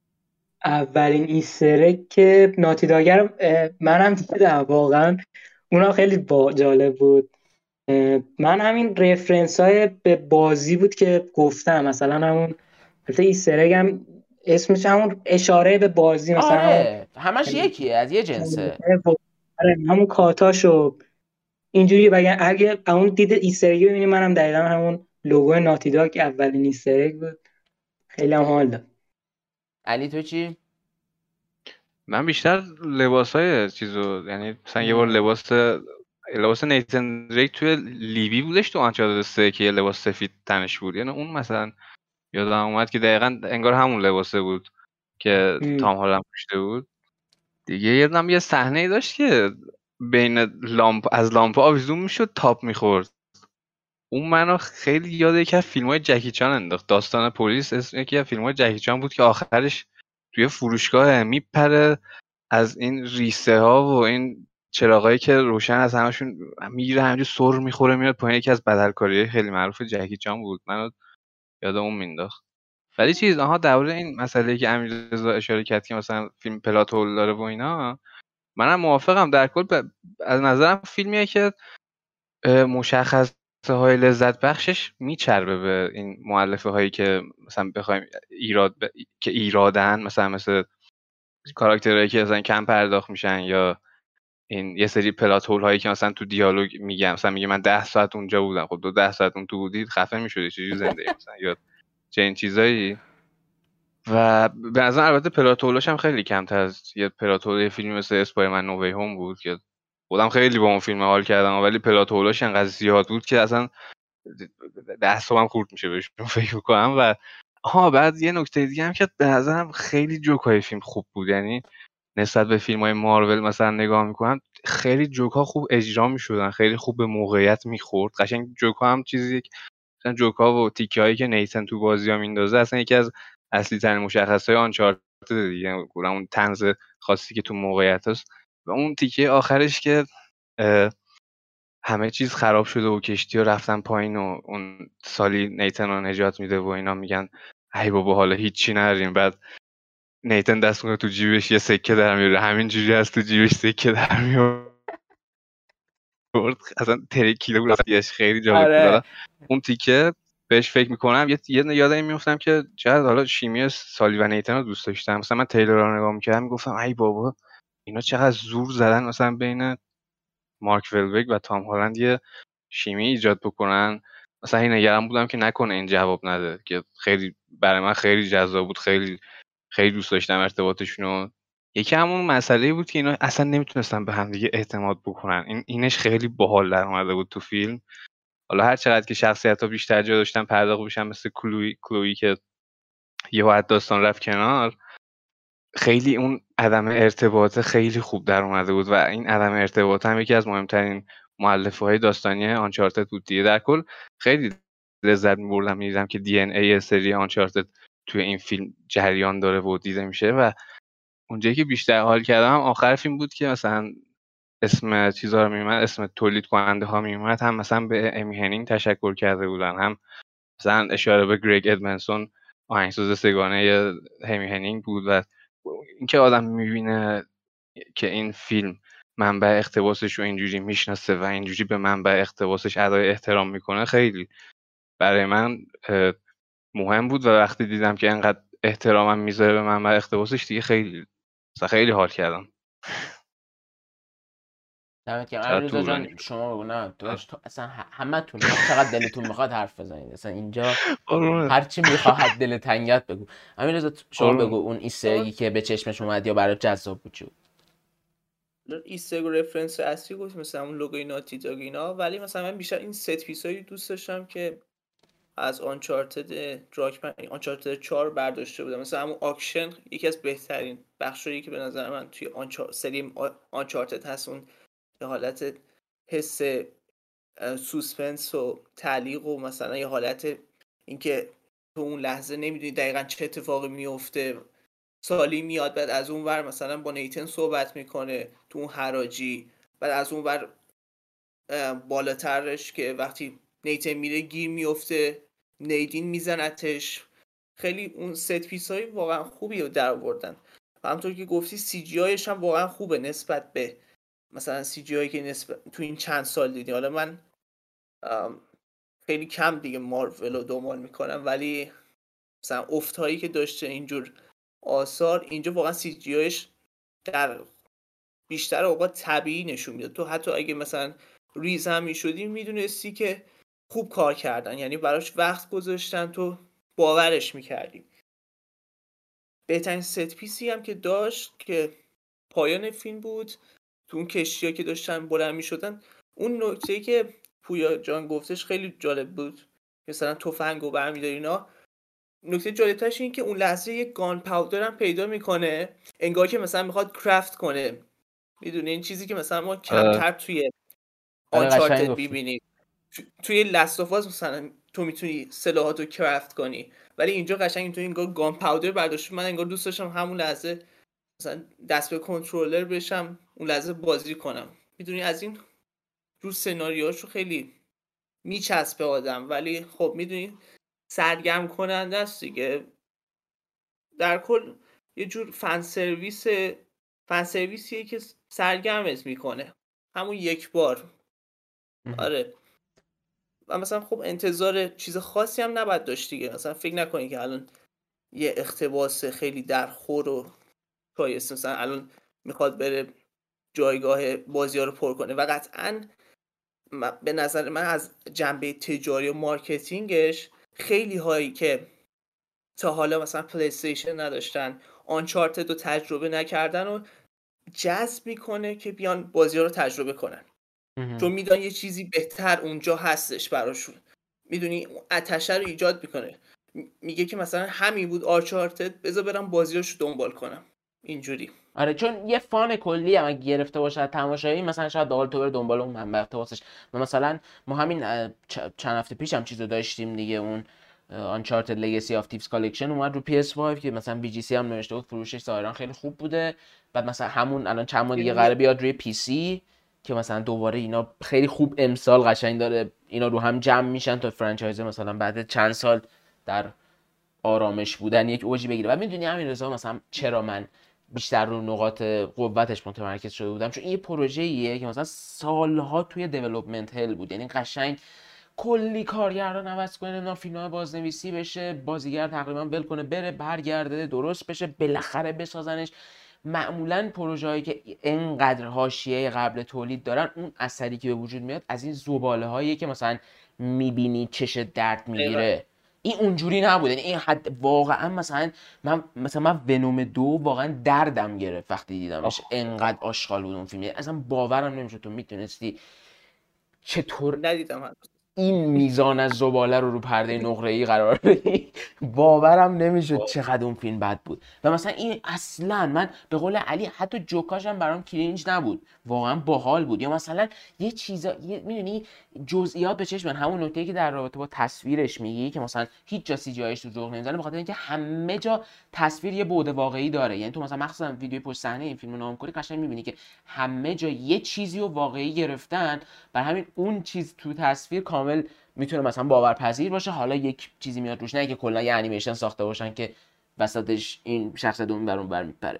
اولین ایسترک که ناتی داگر منم دیدم واقعا، اونا خیلی جالب بود. من همین رفرنس های به بازی بود که گفتم، مثلا همون البته ایسترک هم اسمش همون اشاره به بازی، مثلا همون آره همش یکیه، از یه جنسه. آره، همون کاتاشو اینجوری بگن. اگه اون دید ایسترگی ببینیم، منم دقیقا همون لوگو ناتی داگ اولین ایسترک بود، خیلی هم حال داد. علی تو چی؟ من بیشتر لباسای چیزو، یعنی مثلا یه بار لباس نیتن دریک توی لیبی بودش تو آنچارتد 3 که یه لباس سفید تنش بود، یعنی اون مثلا یادم اومد که دقیقاً انگار همون لباسه بود که تام هالند پوشیده بود. دیگه یه صحنه‌ای داشت که بین از لامپ آویزون میشد تاپ میخورد. اون منو خیلی یاد یکی از فیلم‌های جکی چان انداخت. داستان پلیس اسم یکی از فیلم‌های جکی چان بود که آخرش توی فروشگاه میپره از این ریسه ها و این چراغایی که روشن از همشون میگیره، همینجور سر میخوره میاد پایین. یکی از بدلکاری‌های خیلی معروف جکی چان بود، منو یاد اون مینداخت. ولی چیز درباره این مسئله که امیررضا اشاره کرد که مثلا فیلم پلات هول داره و اینا، منم موافقم. در کل از نظرم فیلمیه که مشخصه های لذت بخشش میچربه به این مؤلفه هایی که مثلا بخوایم که ایرادن، مثل کاراکترهایی که مثلا کم پرداخت میشن، یا این یه سری پلات هول هایی که مثلا تو دیالوگ میگم، مثلا میگه من 10 ساعت اونجا بودم، خب 10 ساعت اون تو بودید خفه میشدی چجوری زنده ای مثلا، یا چنین چیزایی. و به نظر البته پلات هولاش هم خیلی کمتر از یه پلات هول فیلمی مثل اسپایدرمن نو وی هوم بود که خودم خیلی با اون فیلم حال کردم، ولی پلات هولاش انقدر زیاد بود که اصلا دستم خورد میشه بهشون فکر کنم. و بعد یه نکته دیگه هم که به نظرم خیلی جوکای فیلم خوب بود، یعنی نسبت به فیلم‌های مارول مثلا نگاه میکنم خیلی جوکا خوب اجرا میشدن، خیلی خوب به موقعیت میخورد. قشنگ جوکا هم چیزی که مثلا جوکا و تیکه‌هایی که نیتن تو بازی‌ها میندازه اصلا یکی از اصلی ترین مشخصهای آنچارتد دیگه، اون طنز خاصی که تو موقعیت هست. و اون تیکه آخرش که همه چیز خراب شده و کشتی ها رفتن پایین و اون سالی نیتن رو نجات میده و اینا میگن ای بابا حالا هیچی نداریم، بعد نیتن دست میکنه تو جیبش یه سکه در میاره، همین جوری از تو جیبش سکه در میاره، اصلا ترکیده بود اصلا، خیلی جالب بود. آره اون تیکه بهش فکر میکنم یه یادم میفتم که چقدر حالا شیمی سالی و نیتن رو دوست داشتم. مثلا من تیلر رو نگاه میکردم میگفتم ای بابا اینا چقدر زور زدن مثلا بین مارک ولبک و تام هالند یه شیمی ایجاد بکنن. مثلا این نگران بودم که نکنه این جواب نده، که خیلی برای من خیلی جذاب بود، خیلی خیلی دوست داشتم ارتباطشون. یکی همون مسئله بود که اینا اصلا نمیتونستن به هم دیگه اعتماد بکنن. اینش خیلی باحال در اومده بود تو فیلم. حالا هر چقدر که شخصیت‌ها بیشتر جا داشتن پرداخت بشن، مثل کلویی که یهو از داستان رفت کنار، خیلی اون عدم ارتباط خیلی خوب در اومده بود. و این عدم ارتباط هم یکی از مهمترین مؤلفه‌های داستانی آنچارتد بود دیگه. در کل خیلی لذت می‌بردم می‌دیدم که دی ان ای سری آنچارتد توی این فیلم جریان داره و دیده میشه. و اونجایی که بیشتر حال کردم آخر فیلم بود که مثلا اسم چیزا رو میومد، اسم تولید کننده ها میومد، هم مثلا به امی هنینگ تشکر کرده بودن، هم مثلا اشاره به گرگ ادمنسون آهنگساز سگانه امی هنینگ بود. و اینکه آدم میبینه که این فیلم منبع اقتباسش رو اینجوری میشناسه و اینجوری به منبع اقتباسش ادای احترام میکنه، خیلی برای من مهم بود و وقتی دیدم که انقدر احترامم میذاره به منبع اقتباسش دیگه خیلی حال کردم. دمت گرم. چقدر علیرضا طولانی جان شما بگو. نه داداش تو اصلا همتون هر چقدر دلتون میخواد حرف بزنید، اصلا اینجا هر چی میخواهد دل تنگت بگو. علیرضا شما بگو اون ایستری که به چشمش اومد یا برات جذاب بود چی بود؟ ایستر رفرنس اصلی گفت مثلا اون لوگوی ناتی داگ اینا، ولی مثلا من بیشتر این ست پیسایی دوست داشتم که از آنچارتد آنچارتد 4 برداشته بودم. مثلا همون آکشن یکی از بهترین بخشایی که به نظر من توی سری آنچارتد هست، اون یه حالت حس سوسپنس و تعلیق و مثلا یه حالت اینکه تو اون لحظه نمیدونی دقیقا چه اتفاقی میفته. سالی میاد بعد از اون ور مثلا با نیتن صحبت میکنه تو اون حراجی، بعد از اون ور بالاترش که وقتی نیتن میره گیر میفته نیدین میزنتش. خیلی اون ست پیس های واقعا خوبی رو در آوردن و همونطور که گفتی سی جی آیش هم واقعا خوبه نسبت به مثلا سی جی آی که تو این چند سال دیدی. حالا من خیلی کم دیگه مارول رو دنبال میکنم، ولی مثلا افتایی که داشته اینجور آثار اینجا واقعا سی جی آیش در بیشتر اوقات طبیعی نشون میداد. تو حتی اگه مثلا ریز هم میشدی میدونستی که خوب کار کردن، یعنی براش وقت گذاشتن، تو باورش میکردی. بهترین ست پیسی هم که داشت که پایان فیلم بود، تو اون کشتی ها که داشتن بلند میشدن، اون نکته که پویا جان گفتش خیلی جالب بود، مثلا تفنگو برمیداری اینا. نکته جالبترش این که اون لحظه یک گان پاودر هم پیدا میکنه، انگار که مثلا میخواد کرافت کنه. میدونی این چیزی که مثلا ما کمتر توی آنچارتد میبینیم. توی لاست آف اس مثلا تو میتونی سلاحاتو کرافت کنی، ولی اینجا قشنگ تو انگار گان پاودر برداشت. من انگار دوست داشتم همون لحظه مثلا دست به کنترلر بشم، اون لحظه بازی کنم. میدونی از این رو سناریوهاشو خیلی میچسبه آدم، ولی خب میدونی سرگرم کننده است دیگه. در کل یه جور فن سرویسیه که سرگرمت میکنه همون یک بار. آره و مثلا خب انتظار چیز خاصی هم نباید داشت دیگه. مثلا فکر نکنی که الان یه اقتباس خیلی درخور و شایسته مثلا الان میخواد بره جایگاه بازی ها رو پر کنه، و قطعا به نظر من از جنبه تجاری و مارکتینگش خیلی هایی که تا حالا مثلا پلی استیشن نداشتن، آنچارتد رو تجربه نکردن و جذب میکنه که بیان بازی ها رو تجربه کنن، چون میدونن یه چیزی بهتر اونجا هستش براشون. میدونی آتشه رو ایجاد میکنه، میگه که مثلا همین بود آنچارتد، بذار برم بازیاشو دنبال کنم اینجوری. آره چون یه فان کلی هم اگه گرفته باشه تماشایی، مثلا شاید به قول تو بره دنبال اون منبع اقتباسش. مثلا ما همین چند هفته پیش هم چیزو داشتیم دیگه، اون Uncharted Legacy of Thieves Collection اومد رو PS5 که مثلا VGC هم نوشته بود فروشش ظاهرا خیلی خوب بوده. بعد مثلا همون الان چند ماه دیگه قراره بیاد روی PC که مثلا دوباره اینا خیلی خوب امسال قشنگ داره اینا رو هم جمع میشن تا فرانچایز مثلا بعد چند سال در آرامش بودن یک اوجی بگیره. و میدونی همین رضا مثلا چرا من بیشتر رو نقاط قوتش متمرکز شده بودم؟ چون این یه پروژه‌ایه که مثلا سالها توی دیولپمنت هل بود، یعنی قشنگ کلی کارگردان عوض کنه، نه فیلم‌های بازنویسی بشه، بازیگر تقریبا ول کنه بره برگرده درست بشه بالاخره بسازنش. معمولا پروژه‌هایی که اینقدر حاشیه قبل تولید دارن، اون اثری که به وجود میاد از این زباله‌هایی که مثلا میبینی چش درد میگیره. این اونجوری نبود، یعنی این حد واقعا من ونوم 2 واقعا دردم گرفت وقتی دیدمش، انقدر آشغال بود اون فیلم، اصلا باورم نمیشد تو میتونستی چطور ندیدم این میزان از زباله رو پرده نقره‌ای قرار بدی. باورم نمیشد چقدر اون فیلم بد بود. و مثلا این اصلا من به قول علی حتی جوکاش هم برام کلینج نبود، واقعا باحال بود. یا مثلا یه چیزا میدونی جزئیات به چشم من، همون نکته‌ای که در رابطه با تصویرش میگی که مثلا هیچ جا سی جی آیش تو ذوق نمیزنه، به خاطر اینکه همه جا تصویر یه بعد واقعی داره. یعنی تو مثلا مخصوصا ویدیوی پشت صحنه این فیلمو نگاه کنی قشنگ میبینی که همه جا یه چیزی رو واقعی گرفتن، برای همین اون چیز تو تصویر کامل میتونه مثلا باورپذیر باشه. حالا یک چیزی میاد روش، نه که کلا یه انیمیشن ساخته باشن که وسطش این شخص دومی بر اون بر میپره.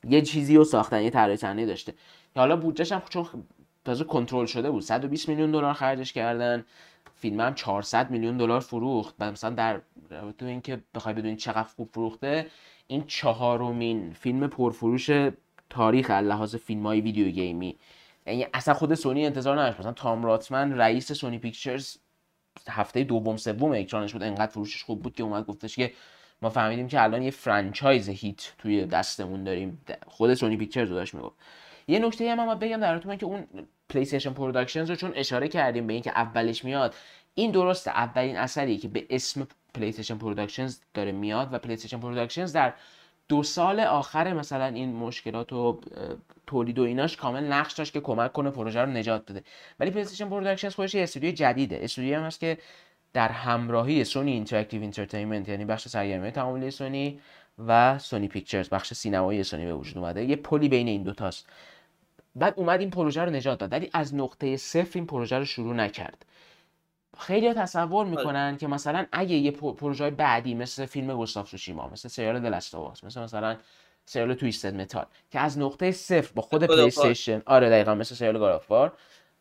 یه چیزی رو ساختن، یه طراحی صحنه داشته که حالا بودجهش هم چون تازه کنترل شده بود 120 میلیون دلار خرجش کردن، فیلم هم 400 میلیون دلار فروخت. مثلا در رابطه این که بخوای بدونید چقدر خوب فروخته، این 4مین فیلم پرفروش تاریخ از لحاظ فیلم‌های ویدیو گیمی. یعنی اصلا خود سونی انتظار نداشت. مثلا تام راتمن رئیس سونی پیکچرز هفته دوم سوم اکرانش بود، انقدر فروشش خوب بود که اومد گفتش که ما فهمیدیم که الان یه فرانچایز هیت توی دستمون داریم. خود سونی پیکچرز رو داشت میگفت. یه نکته هم بگم در رابطه که اون پلی استیشن پروداکشنز رو چون اشاره کردیم به اینکه اولش میاد، این درسته اولین اثری که به اسم پلی استیشن پروداکشنز داره میاد و پلی استیشن پروداکشنز در 2 سال آخر مثلا این مشکلات و تولید و ایناش کامل نقش داشت که کمک کنه پروژه رو نجات بده. ولی پلی استیشن پروداکشنز خودش یه استودیو جدیده، استودیویی هم هست که در همراهی سونی اینتراکتیو انترتینمنت، یعنی بخش سرگرمی تعاملی سونی و سونی پیکچرز، بخش سینمایی سونی به وجود اومده. یه پلی بین این دوتاست. بعد اومد این پروژه رو نجات داد، ولی از نقطه صفر این پروژه رو شروع نکرد. خیلی تصور میکنن که مثلا اگه یه پروژه بعدی مثل فیلم گوستاو سوشیما، مثل سریال دلستاواس، مثلا سریال تویستد متال که از نقطه صفر با خود پلی استیشن، آره دقیقاً مثل سریال گارافوار،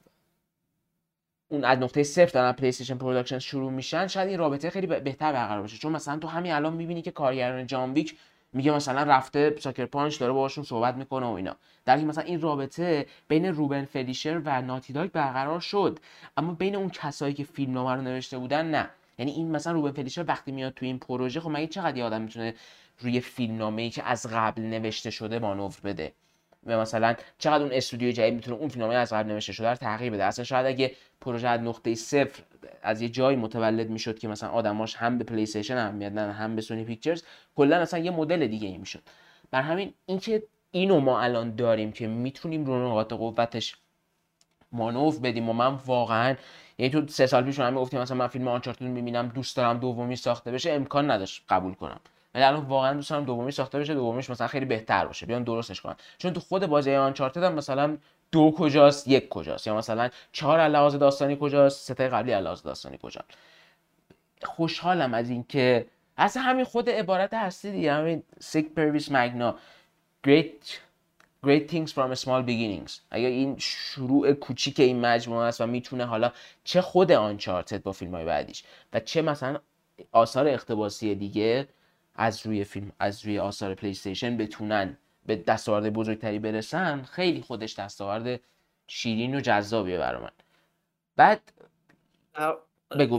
اون از نقطه صفر دارن پلی استیشن پروداکشن شروع میشن، شاید این رابطه خیلی بهتر برقرار بشه. چون مثلا تو همین الان میبینی که کارگردان جان ویک میگه مثلا رفته ساکر پانچ داره باهاشون صحبت میکنه و اینا، در حالی مثلا این رابطه بین روبن فلیشر و ناتی داگ برقرار شد، اما بین اون کسایی که فیلمنامه رو نوشته بودن نه. یعنی این مثلا روبن فلیشر وقتی میاد تو این پروژه، خب مگه چقدر یه آدم میتونه روی فیلمنامه‌ای که از قبل نوشته شده مانور بده، و مثلا چقدر اون استودیو جدید میتونه اون فیلمنامه از قبل نوشته شده رو تغییر بده. اصلا شاید اگه پروژه از نقطه صفر از یه جایی متولد میشد که مثلا آدماش هم به پلی استیشن اهمیت ندن هم به سونی پیکچرز، کلا اصلا یه مدل دیگه ای میشد. بر همین اینکه اینو ما الان داریم که میتونیم رو نقاط قوتش مانور بدیم، و من واقعا یعنی تو 3 سال پیش هم گفتیم مثلا من فیلم آنچارتد میبینم دوست دارم دومی ساخته بشه، امکان نداشت قبول کنم. ولی الان واقعا دوست دارم دومی ساخته بشه، دومیش مثلا خیلی بهتر باشه، بیان درستش کنن. چون تو خود بازی آنچارتد هم مثلا 2 کجاست 1 کجاست، یا مثلا 4 علاوه داستانی کجاست 3 قبلی علاوه داستانی کجا. خوشحالم از این که اصلا همین خود عبارت هستی دیگه، همین سیک پرویس مگنا Great things from small beginnings. اگه این شروع کوچیک این مجموعه است و میتونه حالا چه خود آنچارتد با فیلم‌های بعدیش و چه مثلا آثار اقتباسی دیگه از روی فیلم، از روی آثار پلی استیشن بتونن به دستاورد بزرگتری برسن، خیلی خودش دستاورد شیرین و جذابیه برای من. بعد بگو.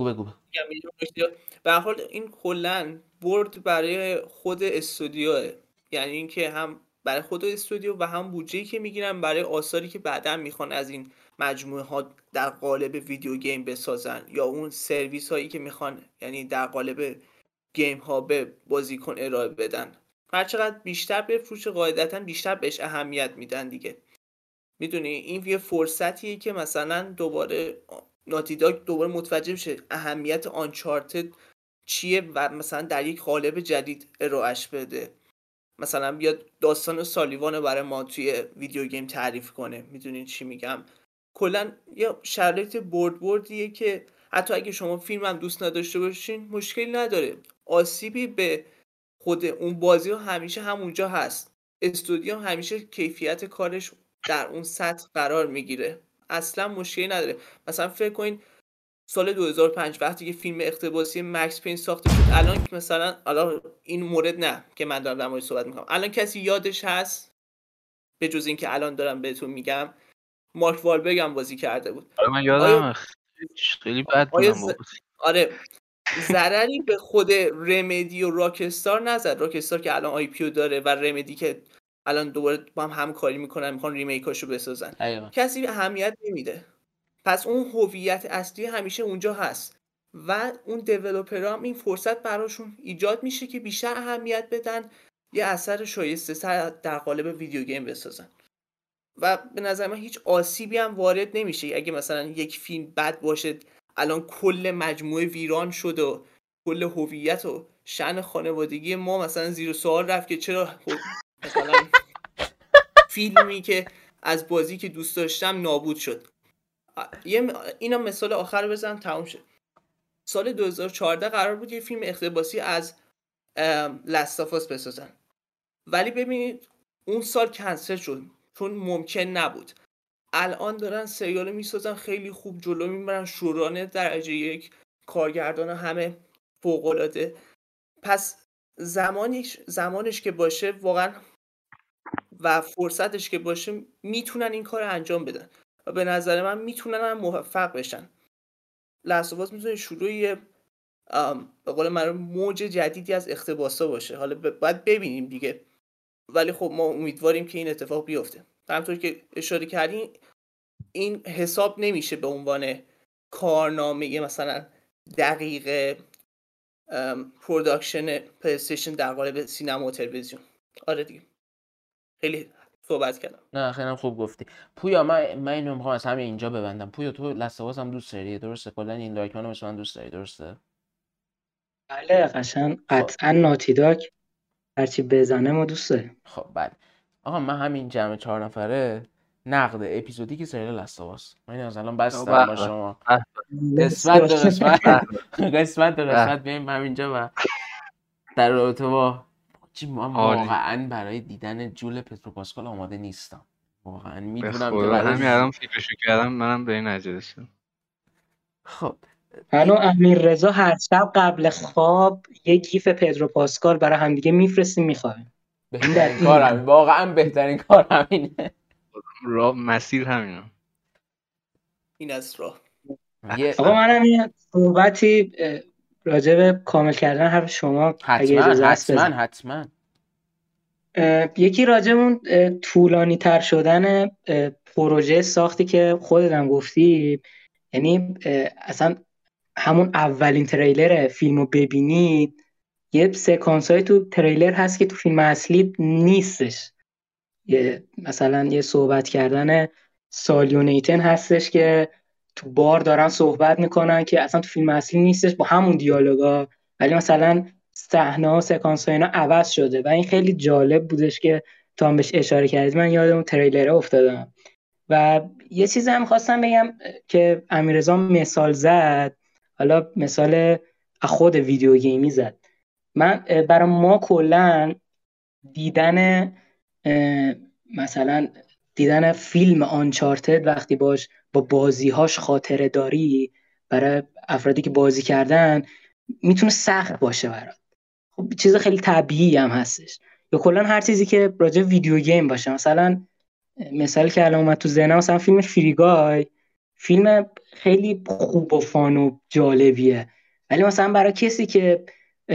به هر حال این کلا برد برای خود استودیوه، یعنی اینکه هم برای خود استودیو و هم بودجه‌ای که میگیرن برای آثاری که بعداً میخوان از این مجموعه ها در قالب ویدیو گیم بسازن، یا اون سرویس هایی که میخوان یعنی در قالب گیم ها به بازیکن ارائه بدن. هر چقدر بیشتر بفروشه قاعدتاً بیشتر بهش اهمیت میدن دیگه. میدونی این یه فرصتیه که مثلا دوباره ناتی داگ دوباره متوجه بشه اهمیت آنچارتد چیه و مثلا در یک قالب جدید ارائهش بده. مثلا بیاد داستان سالیوان برای ما توی ویدیو گیم تعریف کنه. میدونین چی میگم؟ کلا یه شرایط بردیه که حتی اگه شما فیلم هم دوست نداشته باشین مشکلی نداره، آسیبی به خود اون بازی ها همیشه همونجا هست. استودیو همیشه کیفیت کارش در اون سطح قرار میگیره، اصلا مشکلی نداره. مثلا فکر کنین سال 2005 وقتی که فیلم اقتباسی مکس پین ساخته شد، الان مثلا این مورد نه که من دارم در موردش صحبت میکنم، الان کسی یادش هست به جز این که الان دارم بهتون میگم مارک والبرگ هم بازی کرده بود. آره من یادم خیلی بد بودم آره ضرری به خود رمدی و راکستار نزد. راکستار که الان آی پی او داره و رمدی که الان دوباره با هم همکاری میکنن، میخوان ریمیکاشو بسازن. کسی اهمیت نمیده. پس اون هویت اصلی همیشه اونجا هست و اون دیولپرها هم این فرصت براشون ایجاد میشه که بیشتر اهمیت بدن، یه اثر شایسته سر در قالب ویدیو گیم بسازن. و به نظر من هیچ آسیبی هم وارد نمیشه اگه مثلا یک فیلم بد باشه الان کل مجموعه ویران شد و کل هویت و شأن خانوادگی ما مثلا زیر سوال رفت که چرا مثلا فیلمی که از بازی که دوست داشتم نابود شد. اینا مثال آخر بزنم تموم شد. سال 2014 قرار بود یه فیلم اقتباسی از لاست آف اس بسازن، ولی ببینید اون سال کنسل شد چون ممکن نبود. الان دارن سریال میسازن خیلی خوب جلو میبرن، شورانه درجه 1، کارگردان همه فوق‌العاده. پس زمانش که باشه واقعا و فرصتش که باشه میتونن این کار انجام بدن و به نظر من میتونن هم موفق بشن. لست آف اس میتونه شروع به قول معروف موج جدیدی از اقتباسا باشه. حالا باید ببینیم دیگه، ولی خب ما امیدواریم که این اتفاق بیفته. همونطور که اشاره کردین این حساب نمیشه به عنوان کارنامه مثلا دقیق پروداکشن پلی استیشن در قالب سینما و تلویزیون. آره دیگه خیلی صحبت کردم. نه خیلی خوب گفتی. پویا من اینو میخوام از همین اینجا ببندم. پویا تو لست آف اس هم دوست داری درسته؟ کلا این دایکمان رو مثلا دوست داری درسته؟ بله قشنگ قطعا ناتی داگ هرچی بزنه ما دوست داریم. خب بله آقا، من همین جمع 4 نفره نقد اپیزودی که سریال لست آف اس من از الان بستم با شما قسمت به قسمت بیایم همینجا و در رابطه با چی من واقعا برای دیدن جول پترو پاسکال آماده نیستم. واقعا میدونم که همین الان فکرشو کردم منم به این عجله شدم. خب من و امیررضا هر شب قبل خواب یه گیف پدرو پاسکال برای همدیگه میفرستیم میخوایم. بهترین کار همین، واقعا بهترین کار همینه. راه مسیر همینه. این از راه. آقا منم یه صحبتی راجع به کامل کردن حرف شما اگه اجازه هست حتما. یکی راجع اون طولانی تر شدن پروژه ساختی که خودتم گفتی، یعنی اصلا همون اولین تریلر فیلمو ببینید یه سکانس های تو تریلر هست که تو فیلم اصلی نیستش. مثلا یه صحبت کردن سالی و نیتن هستش که تو بار دارن صحبت میکنن که اصلا تو فیلم اصلی نیستش با همون دیالوگا، ولی مثلا صحنه و سکانس ها اینا عوض شده و این خیلی جالب بودش که تا هم بهش اشاره کردید. من یاد اون تریلر افتادم. و یه چیز هم خواستم بگم که امیررضا مثال زد، حالا مثال خود ویدیو گیمی زد. من برای ما کلا مثلا دیدن فیلم آنچارتد وقتی با بازیهاش خاطره داری برای افرادی که بازی کردن میتونه سخت باشه برات. خب چیز خیلی طبیعی هم هستش. یا کلا هر چیزی که راجع ویدیو گیم باشه، مثلا مثال که الان اومد تو ذهنم مثلا فیلم فریگای، فیلم خیلی خوب و فان و جالبیه، ولی مثلا برای کسی که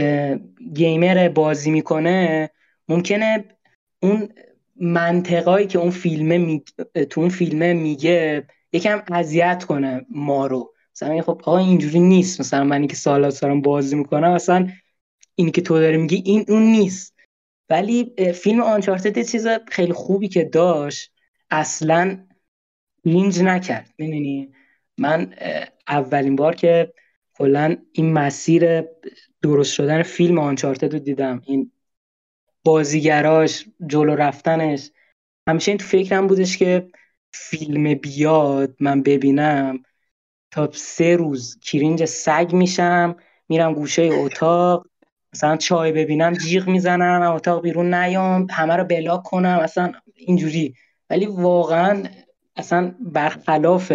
گیمر بازی میکنه ممکنه اون منطقایی که اون تو اون فیلمه میگه یکم اذیت کنه ما رو. مثلا خب آقا اینجوری نیست، مثلا منی که سالا دارم بازی میکنم مثلا اینی که تو داری میگی این اون نیست. ولی فیلم آنچارتد چیز خیلی خوبی که داشت اصلا لینج نکرد. میدونی من اولین بار که کلا این مسیر درست شدن فیلم آنچارتد رو دیدم، این بازیگراش جلو رفتنش، همیشه این تو فکرم بودش که فیلم بیاد من ببینم تا 3 روز کرینج سگ میشم، میرم گوشه اتاق مثلا چای ببینم جیغ میزنم، اتاق بیرون نیام، همه رو بلاک کنم اصلا اینجوری. ولی واقعا اصلا برخلاف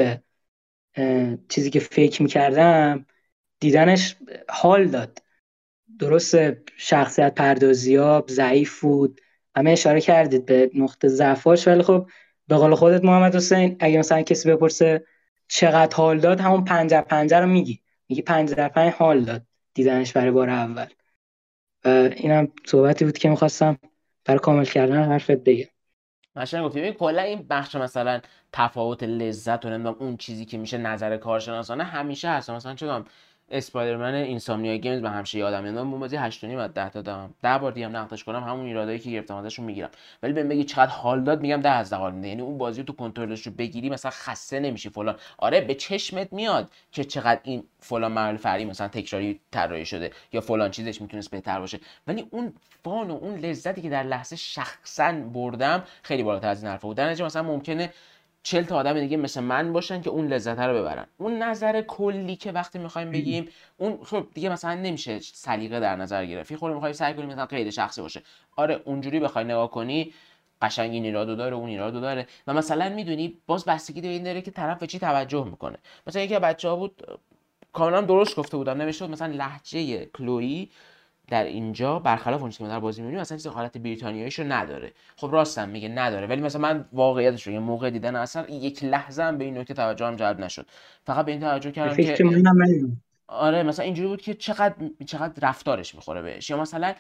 چیزی که فکر میکردم دیدنش حال داد. درسته شخصیت پردازی‌ها ضعیف بود، همه اشاره کردید به نقطه ضعفاش، ولی خب به قول خودت محمد حسین اگه مثلا کسی بپرسه چقدر حال داد، همون 5/5 رو میگی 5/5 حال داد دیدنش برای بار اول. اینم صحبتی بود که میخواستم برای کامل کردن حرفت بگم. ماشین گفتیم کلا این بخش مثلا تفاوت لذت و نمیدونم اون چیزی که میشه نظر کارشناسانه همیشه هست. مثلا چون اسپایدرمن اینسامنیا گیمز به همیشه یادم میاد من بازی 8.5 از 10 دادم، 10 بار دیگه هم نقدش کنم همون ایرادایی که گرفتم ازشون میگیرم، ولی بهم بگی چقدر حال داد میگم 10 از 10 حال میده. یعنی اون بازی رو تو کنترلش رو بگیری مثلا خسته نمیشی فلان. آره به چشمت میاد که چقدر این فلان مرحله فرعی مثلا تکراری طراحی شده یا فلان چیزش میتونست بهتر باشه، ولی اون فان و اون لذتی که در لحظه شخصا بردم خیلی بالاتر از این حرفا بود. در نتیجه مثلا ممکنه 40 تا آدم دیگه مثل من باشن که اون لذت رو ببرن. اون نظر کلی که وقتی میخوایم بگیم اون خب دیگه مثلا نمیشه سلیقه در نظر گرفت. خود میخوای سعی کنیم مثلا قید شخصی باشه. آره اونجوری بخوای نگاه کنی قشنگ این ایرادو داره اون ایرادو داره و مثلا میدونی باز بستگی به این داره که طرف به چی توجه میکنه. مثلا یکی از بچه‌ها بود کاملا درست گفته بودن، نوشته بود مثلا لهجه کلویی در اینجا برخلاف اون چیزی که ما در بازی می‌بینیم مثلا چیز حالت بریتانیاییشو نداره. خب راستم میگه نداره، ولی مثلا من واقعیتش رو یه موقع دیدن اصلا یک لحظه هم به این نکته توجهم جلب نشد. فقط به این توجه کردم فکر که منم ندیدم. آره مثلا اینجوری بود که چقدر رفتارش میخوره بهش، یا مثلا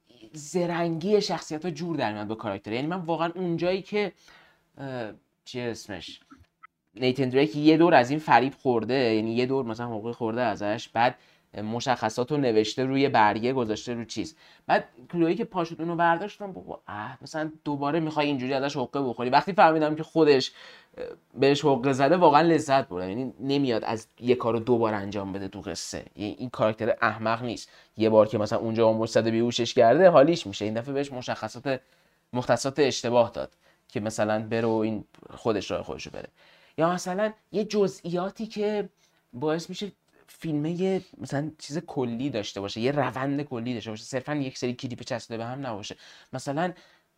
زرنگی شخصیت‌ها جور در میاد با کاراکتر. یعنی من واقعا اونجایی که چی اسمش نیتن دریک یه دور از این فریب خورده، یعنی یه دور مثلا حقوقی خورده ازش، بعد مشخصات رو نوشته روی برگه گذاشته رو چیز، بعد کلویی که پاشوت اونو برداشتم بابا مثلا دوباره میخوای اینجوری ازش حقوقه بخوری. وقتی فهمیدم که خودش بهش حقوقه زده واقعا لذت بردم. یعنی نمیاد از یه کارو دوباره انجام بده تو قصه. یعنی این کاراکتر احمق نیست، یه بار که مثلا اونجا اون مستد بیهوشش کرده حالیش میشه، این دفعه بهش مختصات اشتباه داد که مثلا بره و این خودشو بره. یا مثلا یه جزئیاتی که باعث میشه فیلمه مثلا چیز کلی داشته باشه، یه روند کلی داشته باشه، صرفا یک سری کلیپ چسبیده به هم نباشه. مثلا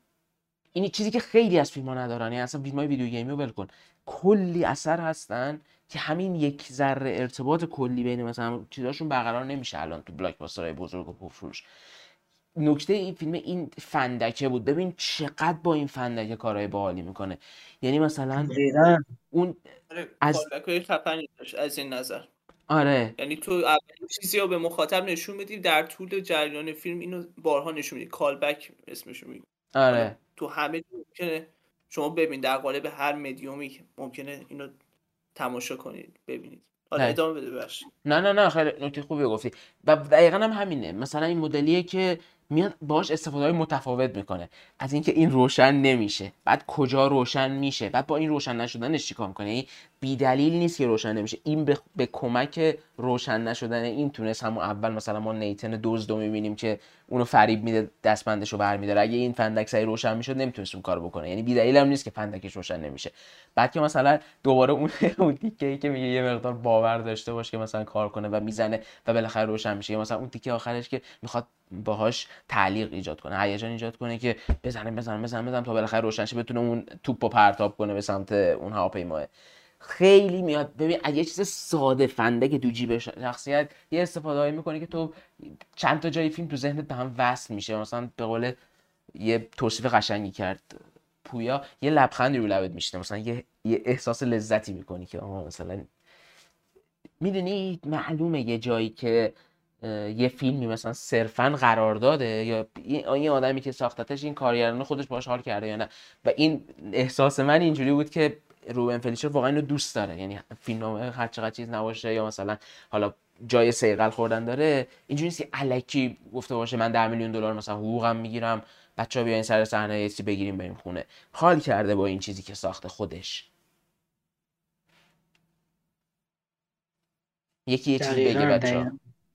این چیزی که خیلی از فیلم‌ها ندارن، یعنی اصلا فیلم‌های ویدیو گیمی رو ول کن، کلی اثر هستن که همین یک ذره ارتباط کلی بین مثلا چیزاشون برقرار نمیشه الان تو بلاک باسترهای بزرگ و پرفروش. نکته این فیلم این فندکه بود. ببین چقدر با این فندکه کارهای باحالی میکنه. یعنی مثلا دقیقاً اون از کالبک‌های خفنی داشت از این نظر. آره یعنی تو اولین چیزی رو به مخاطب نشون بدی، در طول جریان فیلم اینو بارها نشون میدی. کالبک اسمشو میگه. آره تو همه ممکنه شما ببین در قالب هر مدیومی که ممکنه اینو تماشا کنید ببینید. حالا نه. ادامه بده بخش. نه خیلی نکته خوبی گفتی و دقیقا هم همینه. مثلا این مدلیه که میاد باهاش استفاده‌های متفاوت میکنه، از اینکه این روشن نمیشه بعد کجا روشن میشه، بعد با این روشن نشدنش چیکار میکنه. یعنی بی دلیل نیست که روشن نمیشه، این به کمک روشن نشدن این تونست همون اول مثلا ما نیتن دزدو میبینیم که اونو فریب میده دستبندشو برمیداره، اگه این فندک سری روشن میشد نمیتونست اون کارو بکنه. یعنی بی دلیل هم نیست که فندکش روشن نمیشه. بعد که مثلا دوباره اون تیکه‌ای که میگه یه مقدار باور داشته باش که مثلا کار کنه و میزنه و بالاخره روشن میشه، یا مثلا اون تیکه آخرش که میخواد باهاش تعلیق ایجاد کنه، هیجان ایجاد کنه که بزنه تا بالاخره روشن شه بتونه اون توپو پرتاب کنه به سمت اون هواپیماه. خیلی میاد ببین یه چیز ساده فنده که تو جیب شخصیت یه استفاده میکنه که تو چند تا جای فیلم تو ذهنت به هم وصل میشه. مثلا به قول یه توصیف قشنگی کرد پویا، یه لبخندی رو لبت میشینه، مثلا یه احساس لذتی میکنی که آها مثلا میدونی معلومه یه جایی که یه فیلمی مثلا صرفا قرارداده یا یه آدمی که ساختتش این کارگردان خودش باهاش حال کرده یا نه. و این احساس من اینجوری بود که روبن فلیچر واقعا اینو دوست داره. یعنی فیلمنامه هر چقدر چیز نباشه یا مثلا حالا جای صیقل خوردن داره، اینجوری نیست که الکی گفته باشه من 10 میلیون دلار مثلا حقوقم میگیرم بچه‌ها بیاین سر صحنه یه چیزی بگیریم بریم خونه. حال کرده با این چیزی که ساخته خودش. یکی یه چیزی بگه بچه‌ها.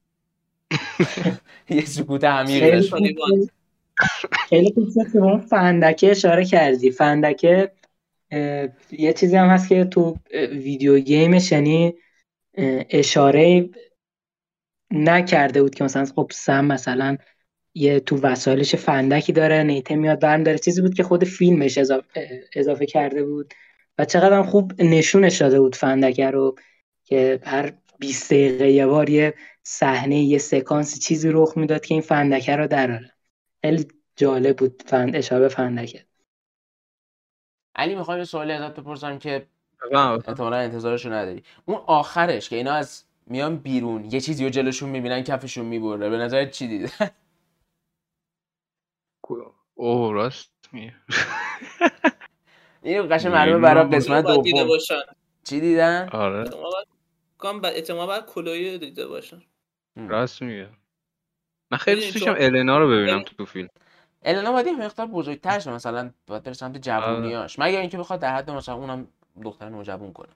یه سکوت عمیقی خیلی داشت. خوب خیلی خوب شد که به اون فندکه اشاره کردی. فندکه یه چیزی هم هست که تو ویدیو گیمش یعنی اشاره نکرده بود که مثلا خب سم مثلا یه تو وسایلش فندکی داره، نیته میاد برم داره، چیزی بود که خود فیلمش اضافه کرده بود و چقدر هم خوب نشونش داده بود فندکه رو که هر 20 دقیقه یه بار یه صحنه یه سکانس چیزی رخ میداد که این فندکه رو دراره. خیلی جالب بود اشاره به فندکه. علی میخوام یه سوالی ازت بپرسم که بفهم. احتمالاً انتظارشو نداری. اون آخرش که اینا از میان بیرون یه چیزی رو جلوشون میبینن کفشون میبره، به نظرت چی دیدن؟ اوه راست میگه. اینو قشنگ معلومه نمی‌دونم برای والا. قسمت باید دیده دوم. باشن. چی دیدن؟ آره احتمال باید کلویی دیده باشن. راست میگه. من خیلی میدونی دوست داشتم چون النا رو ببینم تو فیلم. النا باید یه مقدار بزرگتر شه، مثلا باید بره سمت جوونیاش، مگر اینکه بخواد در حد مثلا اونم دختر نوجوان کنه.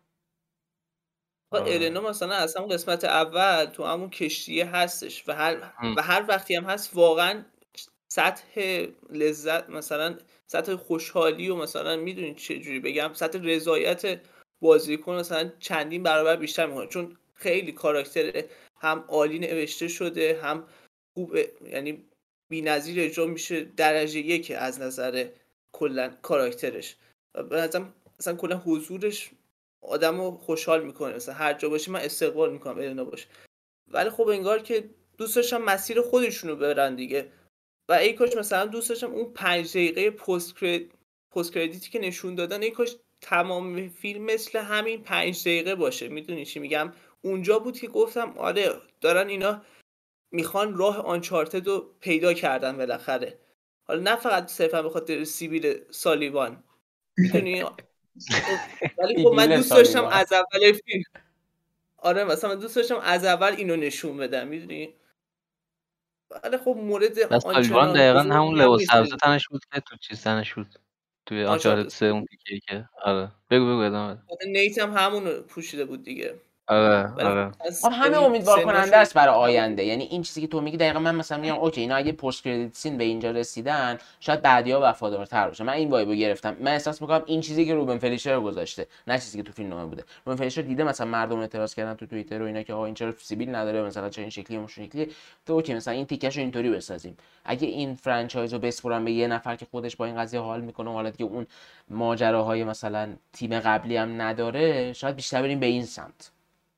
النا مثلا از همون قسمت اول تو همون کشتیه هستش و هر وقتی هم هست واقعا سطح لذت مثلا سطح خوشحالی و مثلا میدونین چه جوری بگم سطح رضایت بازیکن مثلا چندین برابر بیشتر میکنه، چون خیلی کاراکتر هم عالی نوشته شده هم خوب، یعنی بی‌نظیر اجرا میشه، درجه 1 از نظر کلا کاراکترش. به نظرم مثلا کلا حضورش آدمو خوشحال میکنه، مثلا هر جا باشه من استقبال میکنم الینا باشه. ولی خب انگار که دوست داشتم مسیر خودشونو برن دیگه، و ای کاش مثلا دوست داشتم اون 5 دقیقه پست کردیتی که نشون دادن ای کاش تمام فیلم مثل همین 5 دقیقه باشه. میدونی چی میگم؟ اونجا بود که گفتم آره دارن اینا میخوان راه آنچارتد رو پیدا کردن بالاخره، حالا نه فقط صرفا به خاطر سیبیل سالیوان، میدونی. ولی خب من سیبیل دوست داشتم سالیوان. از اول فیلم، آره مثلا من دوست داشتم از اول اینو نشون بدم، میدونی. ولی خب مورد و سالیوان آنچنان دقیقا همون بزرگی هم لباس نیست سبز دیگه. تنش بود که تو چیز تنش بود، توی آنچارتد آنچارتد 3 اون تیکه‌ای که آره بگو ادامه بده. نیت هم همونو پوشیده بود دیگه. آره ولی خب آره خب همه امیدوار کننده سناشون است برای نبود. آینده. یعنی این چیزی که تو میگی دقیقا من مثلا میگم اوکی اینا اگه پست کردیت سین به اینجا رسیدن شاید بعدیا وفادارتر باشن. من این وایبو گرفتم. من احساس میکنم این چیزی که روبن فلیشر گذاشته نه چیزی که تو فیلم نامه بوده. روبن فلیشر دیده مثلا مردم اعتراض کردن تو توییتر و اینا که آقا این چرا سیبیل نداره، مثلا چرا این شکلی اون شکلی، تو اوکی مثلا این تیکشو اینطوری بسازیم. اگه این فرانچایز رو بسپرن به یه نفر که خودش با این قضیه حال میکنه، حالت که اون ماجراهای مثلا تیم قبلی هم نداره، شاید بیشتر بریم به این سمت.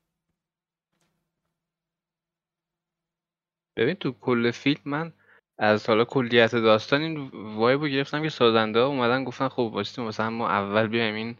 ببین تو کل فیلم من از حالا کلیت داستان این وایبو گرفتم که سازنده ها اومدن گفتن خب واسه مثلا ما اول بیایم این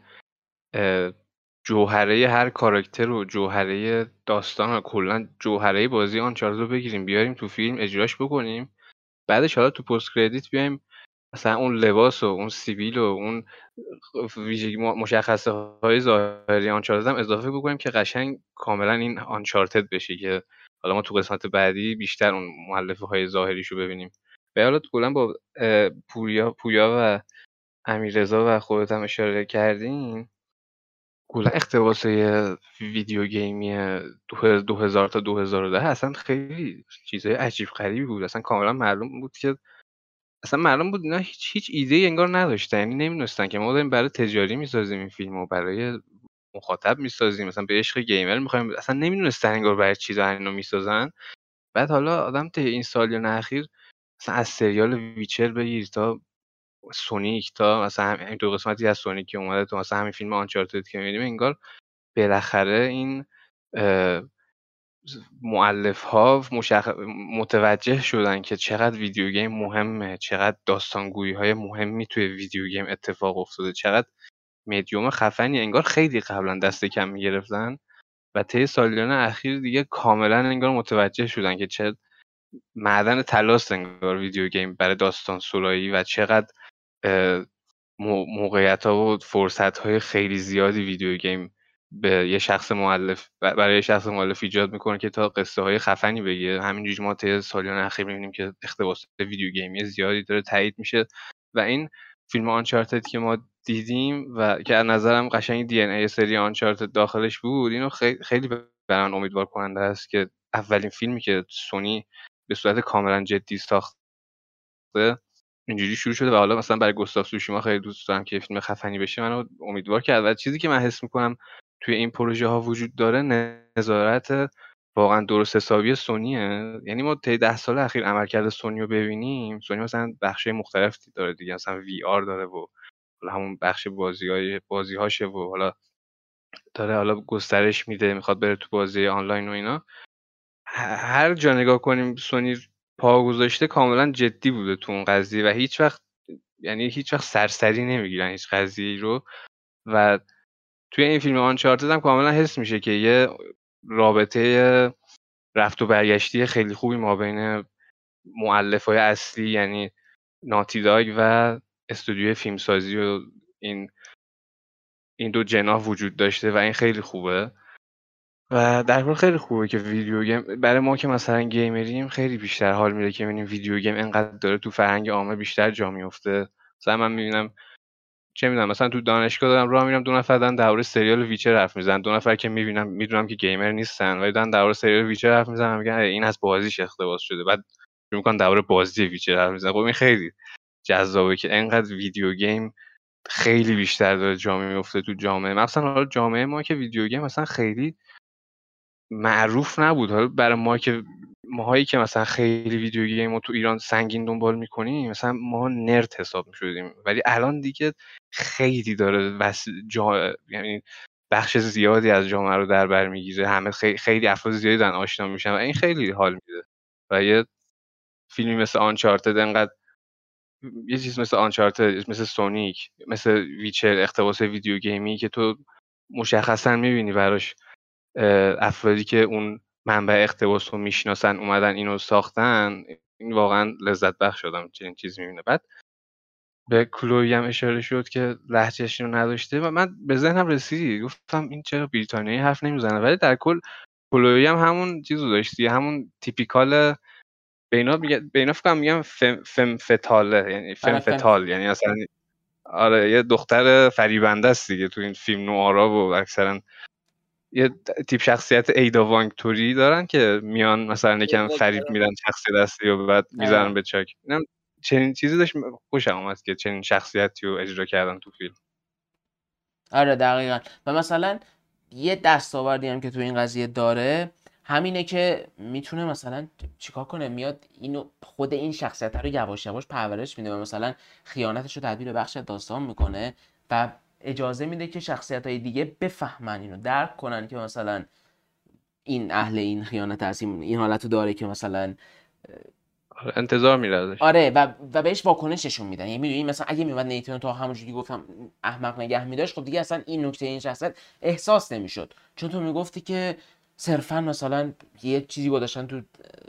جوهره هر کاراکتر و جوهره داستان و کلا جوهره بازی آنچارتد رو بگیریم بیاریم تو فیلم اجراش بکنیم، بعدش حالا تو پست کردیت بیایم مثلا اون لباس و اون سیبیل و اون ویژگی مشخصه های ظاهری آنچارتد هم اضافه بکنیم که قشنگ کاملا این آنچارتد بشه که حالا ما تو قسمت بعدی بیشتر اون مؤلفه های ظاهریشو ببینیم. و حالا کلا با پویا و امیررضا و خودت هم اشاره کردین، کلا اقتباس ویدیو گیمی 2000 تا 2010 اصلا خیلی چیزای عجیب غریبی بود. اصلا کاملا معلوم بود که اصلا معلوم بود اینا هیچ ایده‌ای انگار نداشتن، یعنی نمی‌دونستن که ما داریم برای تجاری می‌سازیم این فیلمو، برای مخاطب می‌سازیم، مثلا به عشق گیمر می‌خوایم، اصلا نمی‌دونستن انگار برای چی دارن اینو می‌سازن. بعد حالا آدم طی این سالیان اخیر مثلا از سریال ویچر بگیر تا سونیک تا مثلا همین 2 قسمتی از سونیک که اومده تو مثلا همین فیلم آنچارتد که می‌بینیم، انگار بالاخره این مؤلف‌ها متوجه شدن که چقدر ویدیو گیم مهمه، چقدر داستانگویی‌های مهمی توی ویدیو گیم اتفاق افتاده، چقدر مدیوم خفنی. انگار خیلی قبلا دست کم می‌گرفتن و طی سالیان اخیر دیگه کاملا انگار متوجه شدن که چه معدن طلاست انگار ویدیو گیم برای داستان سرایی و چقدر موقعیت‌ها و فرصت‌های خیلی زیادی ویدیو گیم به یه شخص مؤلف برای شخص مؤلف ایجاد میکنه که تا قصه‌های خفنی بگه. همینجوری ما طی سالیان اخیر می‌بینیم که اقتباسات ویدیو گیمی زیادی داره تایید میشه و این فیلم آنچارتد که ما دیدیم و که از نظرم قشنگ دی ان ای سری آنچارتد داخلش بود، اینو خیلی برام امیدوار کننده است که اولین فیلمی که سونی به صورت کاملا جدی ساخته اینجوری شروع شده و حالا مثلا برای گوستاو سوشیما خیلی دوست دارم که فیلم خفنی بشه، منو امیدوار کرد. و چیزی که من حس میکنم توی این پروژه ها وجود داره نظارت واقعا درست حسابی سونیه. یعنی ما طی 10 سال اخیر عملکرد سونی رو ببینیم، سونی مثلا بخش مختلفی داره دیگه، مثلا وی آر داره و حالا همون بخش بازیهاشه و حالا داره حالا گسترش میده، میخواد بره تو بازی آنلاین و اینا. هر جا نگاه کنیم سونی پا گذاشته کاملا جدی بوده تو اون قضیه و هیچ وقت سرسری نمیگیرن هیچ قضیه‌ای رو. و توی این فیلم آنچارتد هم کاملا حس میشه که یه رابطه رفت و برگشتی خیلی خوبی ما بین مؤلفه‌های اصلی یعنی ناتی داگ و استودیوی فیلمسازی و این دو جناح وجود داشته و این خیلی خوبه. و در واقع خیلی خوبه که ویدیو گیم برای ما که مثلا گیمریم خیلی بیشتر حال میده که ببینیم ویدیو گیم اینقدر داره تو فرهنگ عامه بیشتر جا میفته. مثلا من میبینم چه میدونم مثلا تو دانشگاه دارم راه میرم، 2 نفر دارن درباره سریال ویچر حرف میزنن، 2 نفر که میدونم که گیمر نیستن ولی دارن درباره سریال ویچر حرف میزنن، میگن این از بازیش اقتباس شده، بعد شروع میکنن درباره بازی ویچر حرف میزنن. خب این خیلی جذابه که اینقدر ویدیو گیم خیلی بیشتر داره جا میفته تو جامعه، مثلا حالا جامعه ما که ویدیو گیم مثلا خیلی معروف نبود. حالا برای ما که ماهایی که مثلا خیلی ویدیو گیم رو تو ایران سنگین دنبال میکنیم مثلا ما نرد حساب میشدیم، ولی الان دیگه خیلی داره یعنی بخش زیادی از جامعه رو در بر میگیره، همه خیلی افراد زیادی دارن آشنا میشن و این خیلی حال میده. و یه فیلمی مثل آنچارتد انقدر، یه چیز مثل آنچارتد، مثل سونیک، مثل ویچر، اقتباس ویدیو گیمی که تو مشخصا میبینی براش افرادی که اون منبع اقتباس رو میشناسن اومدن اینو ساختن، این واقعا لذت بخش شدم چنین چیزی میبینه. بعد به کلویی هم اشاره شد که لهجهش رو نداشته و من به ذهنم رسید گفتم این چرا بریتانیایی حرف نمیزنه، ولی در کل کلویی هم همون چیزو داشتی، همون تیپیکال به اینا فکر کنم میگم فم فتاله، یعنی فم آره فتال، یعنی اصلا آره یه دختر فریبنده است دیگه تو این فیلم نوارا و اکثرا یه تیپ شخصیت ایدا وانگ توری دارن که میان مثلا یکم فریب میدن شخصیت اصلی و بعد میذارن به چاک. اینم چنین چیزی داشت خوشم اومد که چنین شخصیتی رو اجرا کردن تو فیلم. آره دقیقا. و مثلا یه دستاوردی هم که تو این قضیه داره همینه که میتونه مثلا چیکار کنه، میاد اینو خود این شخصیت رو یواش یواش پرورش میده و مثلا خیانتش رو تبدیل به بخش داستان میکنه و اجازه میده که شخصیت های دیگه بفهمن اینو، درک کنن که مثلا این اهل این خیانت هست، این حالت رو داره که مثلا انتظار میره ازش. آره و بهش واکنششون میدن. یعنی میدونی مثلا اگه میومد نیتون تا همونجوری گفتم احمق نگه میداشت، خب دیگه اصلا این نکته این شخصیت احساس نمیشد، چون تو میگفتی که صرفا مثلا یه چیزی گذاشتن تو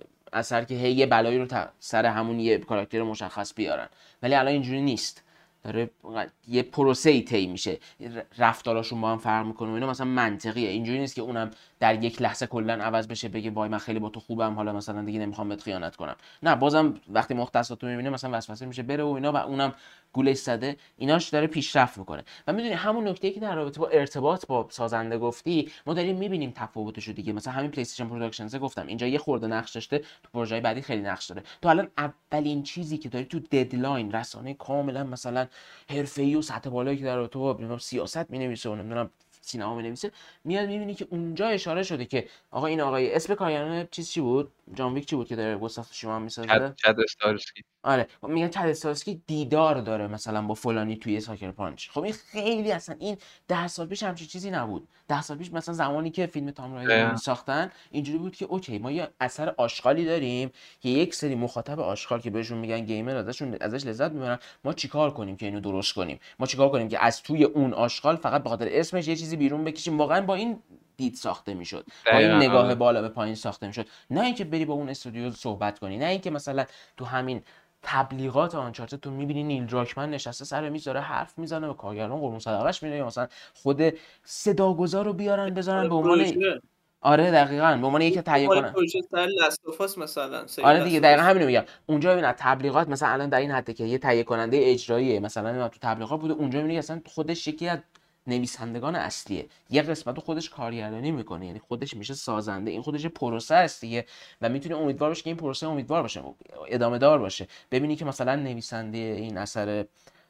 اثر که هی یه بلایی رو سر همون یه کاراکتر مشخص بیارن، ولی الان اینجوری نیست، داره یه پروسه ای طی میشه، رفتاراشون با هم فرق میکنه و اینا مثلا منطقیه. اینجوری نیست که اونم در یک لحظه کلا عوض بشه بگه وای من خیلی با تو خوبم حالا مثلا دیگه نمیخوام بهت خیانت کنم. نه، بازم وقتی مختصاتو میبینه مثلا وسوسه میشه بره و اینا و اونم گولش زده، ایناش داره پیشرفت میکنه. و میدونی همون نکته‌ای که در رابطه با ارتباط با سازنده گفتی، ما داریم میبینیم تفاوتشو دیگه. مثلا همین پلی استیشن پروداکشنز گفتم اینجا یه خورده نقش داشته، تو پروژه‌های بعدی خیلی نقش داره. تو الان اولین چیزی که داری تو ددلاین رسانه کاملا مثلا حرفه‌ای و سطح بالایی که در تو سیاست می‌نویسه و نمیدونم سینما می‌نویسه، میاد می‌بینی که اونجا اشاره شده که آقا این آقای اسم کارگردان چیز چی بود؟ جان ویک چی بود که داره گوستاف توشیما می‌سازه؟ چد استارسکی. آره میگن چد استارسکی دیدار داره مثلا با فلانی توی ساکر پانچ. خب این خیلی اصلا این 10 سال پیش همچین چیزی نبود. 10 سال پیش مثلا زمانی که فیلم تام رایدر رو میساختن اینجوری بود که اوکی ما یه اثر آشغالی داریم که یک سری مخاطب آشغال که بهشون میگن گیمر ازش لذت میبرن، ما چیکار کنیم که اینو درست کنیم؟ ما چیکار کنیم که از توی اون آشغال فقط به خاطر اسمش یه چیزی بیرون بکشیم؟ واقعا با این دید ساخته میشد، با این نگاه بالا به پایین ساخته میشد، نه اینکه بری با اون استودیو صحبت کنی، نه اینکه مثلا تو همین تبلیغات آنچارتد تو میبینی نیل دراکمن نشسته سر میز داره حرف میزنه و کارگردان قربون صدقش میره، یا مثلا خود صداگذار رو بیارن بذارن به عنوان آره دقیقاً به عنوان یکی تهیه کنن پروژه سر لاستوفاس مثلا. آره دیگه دقیقاً همینو میگم. اونجا ببین تبلیغات مثلا الان در این حده که یه تهیه کننده اجرایی مثلا تو تبلیغات بوده، اونجا میبینی اصلا خودش یکی از نویسندگان اصلیه، یه قسمتو خودش کارگردانی میکنه، یعنی خودش میشه سازنده، این خودش پروسه است دیگه و میتونی امیدوار باشی که این پروسه امیدوار باشه، ادامه دار باشه. ببینی که مثلا نویسنده این اثر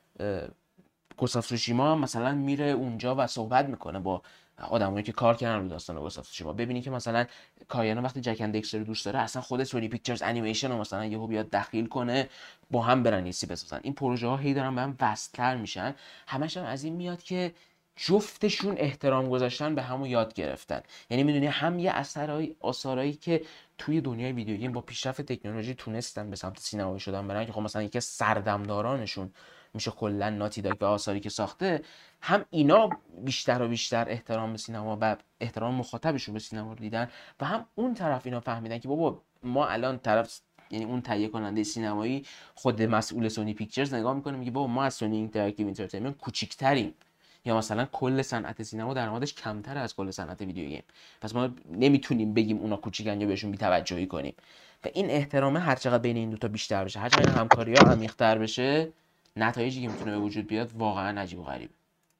گوستاف توشیما مثلا میره اونجا و صحبت میکنه با آدمایی که کار کردن رو داستان گوستاف توشیما. ببینی که مثلا کارگردان وقتی جک اند دکستر رو دوست داره اصلا خود سونی پیکچرز انیمیشن رو مثلا یهو بیاد دخیل کنه با هم برن ایسی بسازن. این پروژه ها هی دارن به هم وصل‌تر میشن، همش هم از این میاد که جفتشون احترام گذاشتن به همو یاد گرفتن. یعنی میدونی هم یه آثارایی که توی دنیای ویدیو گیم با پیشرفت تکنولوژی تونستن به سمت سینمایی شدن برن، که خب مثلا یکی از سردمدارانشون میشه کلا ناتی داگ و آثاری که ساخته، هم اینا بیشتر و بیشتر احترام به سینما و احترام مخاطبشون به سینما رو دیدن و هم اون طرف اینا فهمیدن که بابا ما الان طرف، یعنی اون تهیه کننده سینمایی خود مسئول سونی پیکچرز نگاه میکنه میگه بابا ما از سونی اینتراکتیو اینترتینمنت کوچیک‌تریم، یا مثلا کل صنعت سینما درآمدش کمتر از کل صنعت ویدیو گیم، پس ما نمیتونیم بگیم اونا کوچیکن یا بهشون بی‌توجهی کنیم. و این احترام هر چقدر بین این دو تا بیشتر بشه، هر چقدر همکاری‌ها عمیق‌تر بشه، نتایجی که میتونه به وجود بیاد واقعا عجیب و غریبه.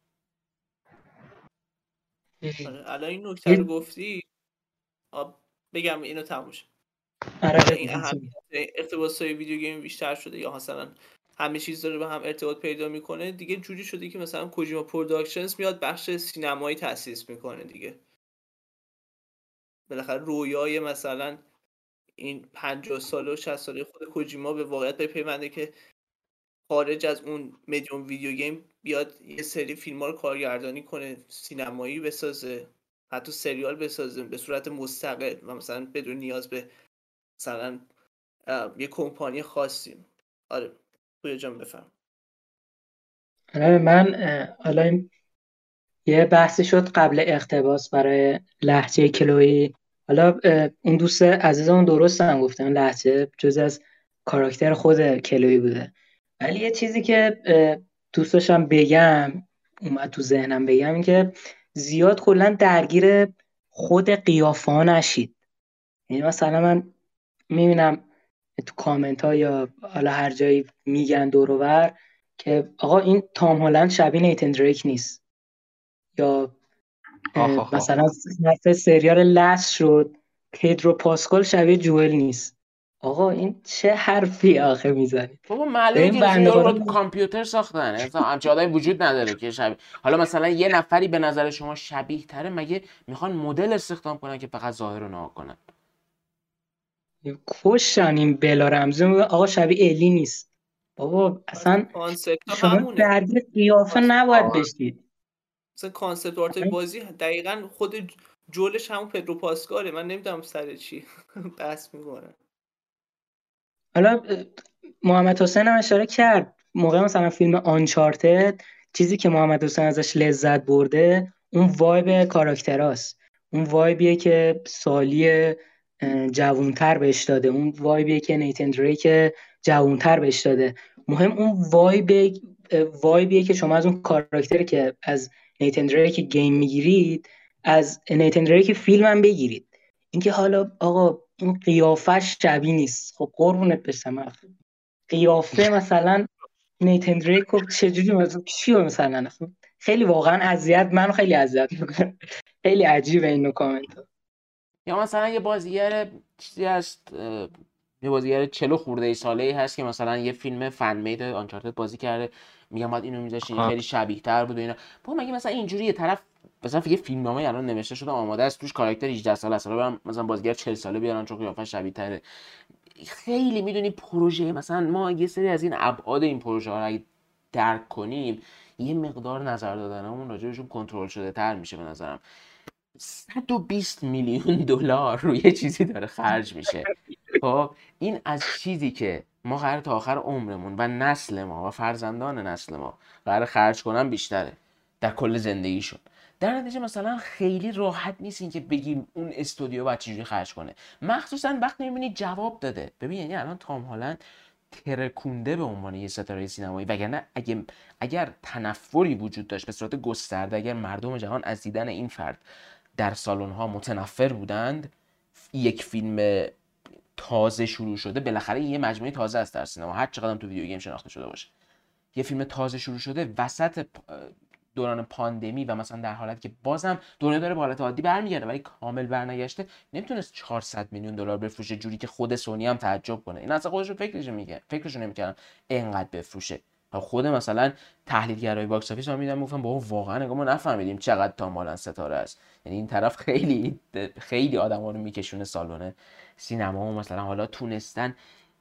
الان این نکته رو گفتی، بگم اینو تموم شه. این اهمیت ارتباط‌های ویدیو گیم بیشتر شده یا مثلا همه چیز داره به هم ارتباط پیدا میکنه دیگه، جوری شده که مثلا کوجیما پروداکشنز میاد بخش سینمایی تأسیس میکنه دیگه. بالاخره رویای مثلا این 50 ساله و 60 ساله خود کوجیما به واقعیت بپیونده که خارج از اون مدیوم ویدیو گیم بیاد یه سری فیلم ها رو کارگردانی کنه، سینمایی بسازه، حتی سریال بسازه به صورت مستقل و مثلا بدون نیاز به مثلا یه کمپانی خاصی. آره پویا جان بفهم. من حالا یه بحثی شد قبل اقتباس برای لهجه کلویی. حالا اون دوست عزیزمون درست هم گفتن لهجه جز از کاراکتر خود کلویی بوده، ولی یه چیزی که دوست داشتم بگم، اومد تو ذهنم بگم، این که زیاد کلا درگیر خود قیافه ها نشید. یعنی مثلا من میبینم تو کامنت ها یا حالا هر جایی میگن دور و بر که آقا این تام هالند شبیه نیتن دریک نیست، یا آخ آخ آخ. مثلا مثل سریال لست شد پدرو پاسکال شبیه جوئل نیست. آقا این چه حرفی آخه میزنی؟ بابا به معلومه این که بنده یارو خدا رو تو کامپیوتر ساختن، اصلا همچین آدمی وجود نداره که شبیه. حالا مثلا یه نفری به نظر شما شبیه تره، مگه میخوان مدل استخدام کنن که فقط ظاهر رو نگاه کنن؟ کشن این بلا رمزی میگه آقا شبیه الی نیست. بابا اصلا کانسپت شما همونه. درگیر قیافه نباید بشید. مثلا کانسپت آرت بازی دقیقاً خود جولش همون پدرو پاسکاله. من نمیدونم سر چی بحث میکنه. حالا محمد حسین هم اشاره کرد موقع مثلا فیلم آنچارتد، چیزی که محمد حسین ازش لذت برده اون وایب کاراکتراست، اون وایبیه که سالی جوونتر بهش داده، اون وایبیه که نیتن دریک جوونتر بهش داده. مهم اون وایبیه که شما از اون کاراکتری که از نیتن دریک گیم میگیرید از نیتن دریک فیلم هم بگیرید. اینکه حالا آقا این قیافش شبیه نیست، خب قربونت بشم قیافه مثلا نیتن دریک رو چجوری مثلا خیلی واقعا منو خیلی اذیت میکنه. خیلی عجیبه این کامنت ها. یا مثلا یه بازیگر چیزی هست، یه بازیگر 40 خورده ای ساله‌ای هست که مثلا یه فیلم فن مید آنچارتد بازی کرده، میگم باید اینو میذاشین خیلی شبیه تر بود و اینا. با مگه مثلا اینجوری یه طرف مثلا یه فیلمنامه الان نوشته شده آماده است توش کاراکتر 18 ساله است، برام مثلا بازیگر 40 ساله بیارن چون قیافش شبیه تره. خیلی میدونی پروژه مثلا ما یه سری از این ابعاد این پروژه ها رو اگه درک کنیم یه مقدار نظر دادنمون راجعشون کنترل شده تر میشه. به نظرم 120 میلیون دلار روی چیزی داره خرج میشه. خب این از چیزی که ما قرار تا آخر عمرمون و نسل ما و فرزندان نسل ما قرار خرج کنن بیشتره در کل زندگیشون. در نتیجه مثلا خیلی راحت نیست این که بگیم اون استودیو باید چجوری خرج کنه، مخصوصا وقتی میبینی جواب داده. ببین یعنی الان تام هالند ترکونده به عنوان یه ستاره سینمایی، وگرنه اگر تنفری وجود داشت به صورت گسترده، اگر مردم جهان از دیدن این فرد در سالن ها متنفر بودند، یک فیلم تازه شروع شده، بالاخره یه مجموعه تازه است در سینما هر چقدر تو ویدیو گیم شناخته شده باشه، یه فیلم تازه شروع شده وسط دوران پاندمی و مثلا در حالت که بازم دنیا داره به حالت عادی برمیگرده ولی کامل برنگشته، نمیتونست 400 میلیون دلار بفروشه جوری که خود سونی هم تعجب کنه. این اصلا خودش رو فکرشو نمیکردن اینقدر بفروشه. خود مثلا تحلیلگرای باکس آفیس هم میدن گفتن بابا واقعا نگاه ما نفهمیدیم چقدر تام هالند ستاره است. یعنی این طرف خیلی خیلی آدما رو میکشونه سالن سینما و مثلا حالا تونستن.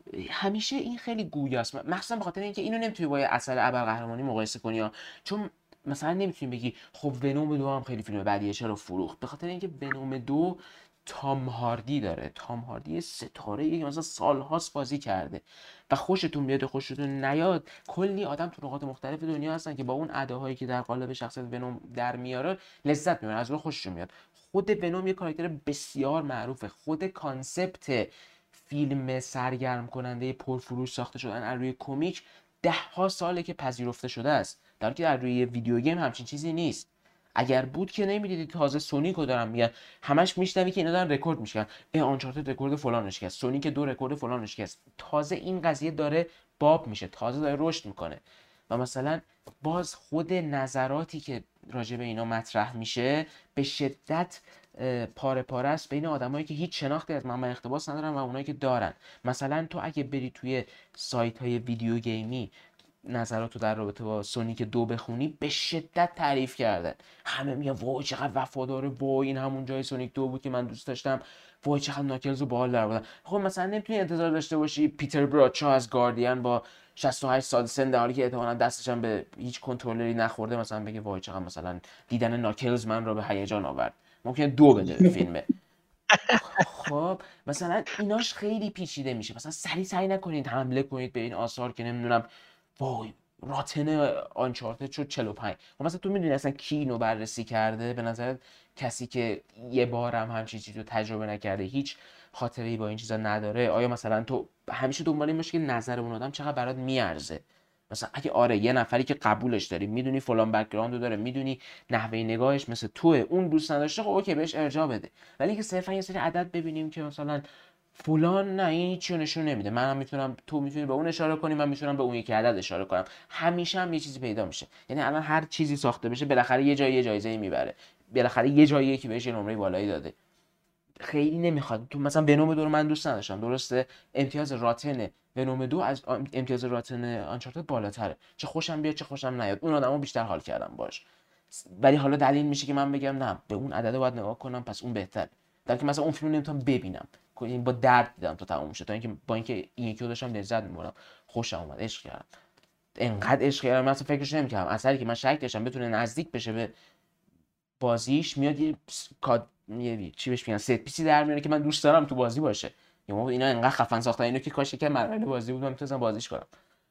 همیشه این خیلی گویاست، مخصوصا به خاطر اینکه اینو نمیتونی با اثر ابرقهرمانی مقایسه کنی ها. چون مثلا نمیتونی بگی خب ونوم 2 هم خیلی فیلم بدیه چرا فروخت، به خاطر اینکه ونوم 2 تام هاردی داره. تام هاردی ستاره که مثلا سالهاست بازی کرده و خوشتون بیاد خوشتون نیاد کلی آدم تو نقاط مختلف دنیا هستن که با اون اداهایی که در قالب شخصیت ونوم در میاره لذت میبرن، از اون خوششون میاد. خود ونوم یه کاراکتر بسیار معروفه، خود کانسپت فیلم سرگرم کننده پرفروش ساخته شدن از روی کمیک 10 ها ساله که پذیرفته شده است، در حالی که در روی ویدیو گیم همچین چیزی نیست. اگر بود که نمیدیدید. تازه سونیک رو دارن میگن، همش میشنوی که اینا دارن رکورد میشن، آنچارتد رکورد فلانش شکست، سونیک 2 رکورد فلانش شکست. تازه این قضیه داره باب میشه، تازه داره رشد میکنه. و مثلا باز خود نظراتی که راجع به اینا مطرح میشه به شدت پاره پاره است بین آدمایی که هیچ شناختی از منبع اقتباس ندارن و اونایی که دارن. مثلا تو اگه بری توی سایت های ویدیو گیمی نظراتو در رابطه با سونیک 2 بخونی به شدت تعریف کردن. همه میگن وای چقدر وفاداره، وای این همون جای سونیک 2 بود که من دوست داشتم، وای چقدر ناکلز رو باحال در آوردن. خب مثلا نمیتونی انتظار داشته باشی پیتر براچا از گاردین با 68 سال سن، در حالی که احتمالاً دستش هم به هیچ کنترلری نخورده، مثلا بگه وای چقدر مثلا دیدن ناکلز من رو به هیجان آورد. ممکنه 2 بده به فیلمه. خب مثلا ایناش خیلی پیچیده میشه. مثلا سعی نکنید حمله کنید به این آثار که نمیدونم وای راتن آنچارتد شد 45. خب مثلا تو میدونی اصلا کی اینو بررسی کرده؟ به نظرت کسی که یه بار هم همچین چیزی رو تجربه نکرده، هیچ خاطره‌ای با این چیزا نداره، آیا مثلا تو همیشه دنبال این باشه که نظر اون آدم چقدر برات میارزه؟ مثلا اگه آره یه نفری که قبولش داری، میدونی فلان بک‌گراندو داره، میدونی نحوه نگاهش مثل توه، اون دوست نداشته، خب اوکی بهش ارجاع بده. ولی که صرفا یه سری عدد ببینیم که مثلا فلان نه این هیچی نشون نمیده، منم میتونم، تو میتونی به اون اشاره کنی، من میتونم به اون یکی عدد اشاره کنم، همیشه هم یه چیزی پیدا میشه. یعنی الان هر چیزی ساخته بشه بالاخره یه جایی یه جایزه میبره، بالاخره یه جایی که بهش یه نمره بالایی داده. خیلی نمیخواد. تو مثلا ونوم 2 رو من دوست نداشتم، درسته امتیاز راتن ونوم 2 از امتیاز راتن آنچارتد بالاتره، چه خوشم بیاد چه خوشم نیاد، اون آدمو بیشتر حال کردم باش. ولی حالا دلیل میشه که من بگم نه به اون عدد باید نگاه کنم پس اون بهتره، در که مثلا اون فیلم نمیتونم ببینم، این با درد دیدم تا تموم شد، تا اینکه با اینکه این یکی رو داشتم لذت میبردم، خوشم اومد، عشق کردم. انقدر عشق کردم مثلا فکرش نمیکردم اثری که من شک داشتم بتونه نزدیک بشه به بازیش، میاد یه یه چی بهش میگن ست پیسی در میاره که من دوست دارم تو بازی باشه. یا ما اینا انقدر خفن ساختن اینو که کاش که مراحل بازی بود من میتونستم بازیش کنم.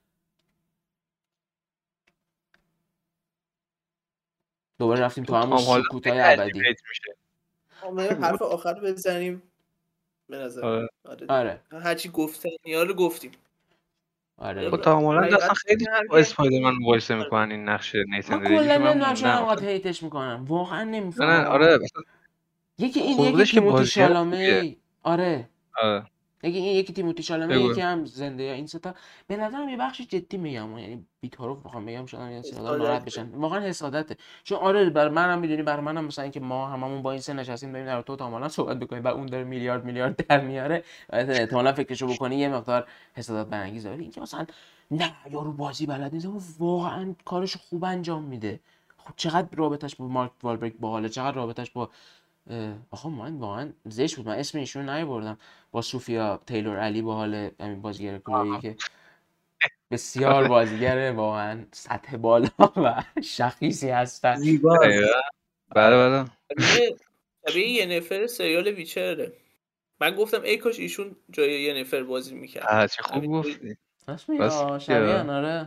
دوباره رفتیم تو همون تام هالند سکوتای خیلی ابدی. عجیب میشه. حرف آخر بزنیم به نظر. آره. آره هرچی گفتن یا رو گفتیم. آره خب دیگه. تام هالند حقیقت اصلا خیلی این حرف با اسپایدرمن مقایسه میکنن این نقش نیتن من کلا دریک من نمیدونم چرا موندم. انقدر هیتش میکنم، واقعا نه نمیفهمم. آره مثلا یکی این یکی خودش که تیموتی بازیگر خوبیه. شالامه. آره آره یکی تیموتی شالامه، بگو. یکی هم زنده یا این ستا. به نظرم یه بخشی جدی میگم، یعنی بی‌طرف بخوام بگم شاید یه سری آدم ناراحت بشن، واقعا حسادته. چون آره بر منم میدونی، بر منم مثلا اینکه ما هممون با این سن نشستیم داریم در تو تامالا صحبت بکنیم و اون داره میلیارد در میاره، احتمالاً فکرشو بکنی یه مقدار حسادت برانگیزه. ولی اینکه مثلا نه یارو بازی بلد نیست، واقعا کارش خوب انجام میده. خب چقدر رابطش با مارک والبرگ باحاله، چقدر رابطش با آخه من واقعا زشت بود من اسم ایشون رو نیاوردم، با سوفیا تیلور علی باحال، همین بازیگر کلویی که بسیار بازیگر واقعا سطح بالا و شخیصی هستن. زیبا. بله شبیه یه نفر سریال ویچره. من گفتم ای کاش ایشون جای یه نفر بازی میکرد. چه خوب گفتی. یا شبیه آره.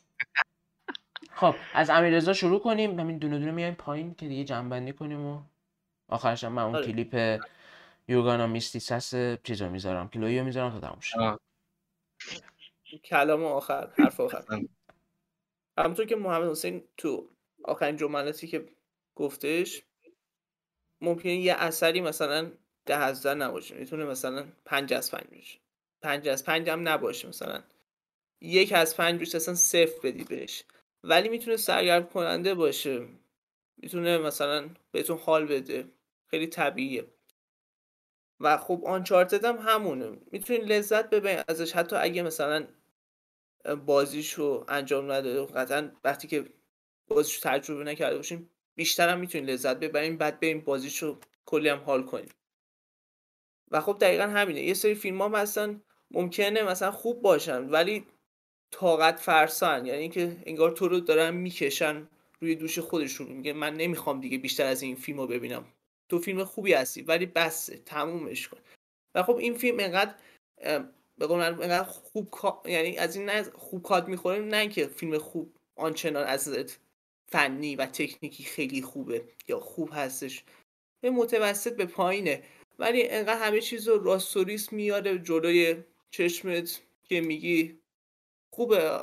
خب از امیررضا شروع کنیم، همین دونه دونه میایم پایین که دیگه جمع کنیم و آخرش هم من اون کلیپ یوگانا میستیسس چیزا میذارم، کلویو میذارم تا تموم شه. کلام آخر، حرف آخر. همونطور که محمد حسین تو آخرین جملاتی که گفتش، ممکنه یه اثری مثلا 10 از 10 نباشه، میتونه مثلا 5 از 5 باشه، 5 از 5 هم نباشه، مثلا 1 از 5 روش اصلا 0 بدی بهش، ولی میتونه سرگرم کننده باشه، میتونه مثلا بهتون حال بده، خیلی طبیعیه. و خب آنچارتد هم همونه، میتونین لذت ببرین ازش حتی اگه مثلا بازیشو انجام نداده، قطعا وقتی که بازیشو تجربه نکرده باشین بیشتر هم میتونین لذت ببرین، بعد بریم بازیشو کلی هم حال کنین. و خب دقیقا همینه، یه سری فیلم هم هستن ممکنه مثلا خوب باشن ولی طاقت فرسان، یعنی که انگار تو رو دارن میکشن روی دوش خودشون، میگه من نمیخوام دیگه بیشتر از این فیلمو ببینم، تو فیلم خوبی هستی ولی بسه تمومش کن. و خب این فیلم انقدر به قول من انقدر خوب یعنی از این خوب کات میخوره، نه که فیلم خوب آنچنان از فنی و تکنیکی خیلی خوبه یا خوب هستش، به متوسط به پایینه، ولی انقدر همه چیز رو راست و ریست میاره جلوی چشمت که میگی خوبه.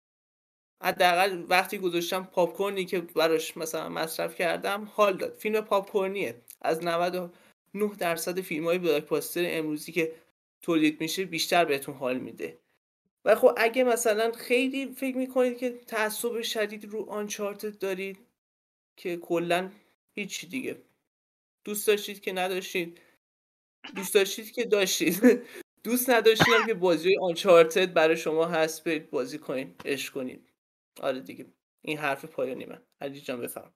حداقل وقتی گذاشتم پاپ کورنی که براش مثلا مصرف کردم حال داد. فیلم پاپ کورنیه. از 99% فیلم‌های بلاکباستر امروزی که تولید میشه بیشتر بهتون حال میده. و خب اگه مثلا خیلی فکر میکنید که تعصب شدید رو آنچارتد دارید که کلا هیچ دیگه، دوست داشتید که نداشتید، دوست داشتید که داشتید، دوست نداشتید که بازی آنچارتد برای شما هست، برید بازی کنید، عشق کنید. آره دیگه، این حرف پایانی من. علی جان بفرم.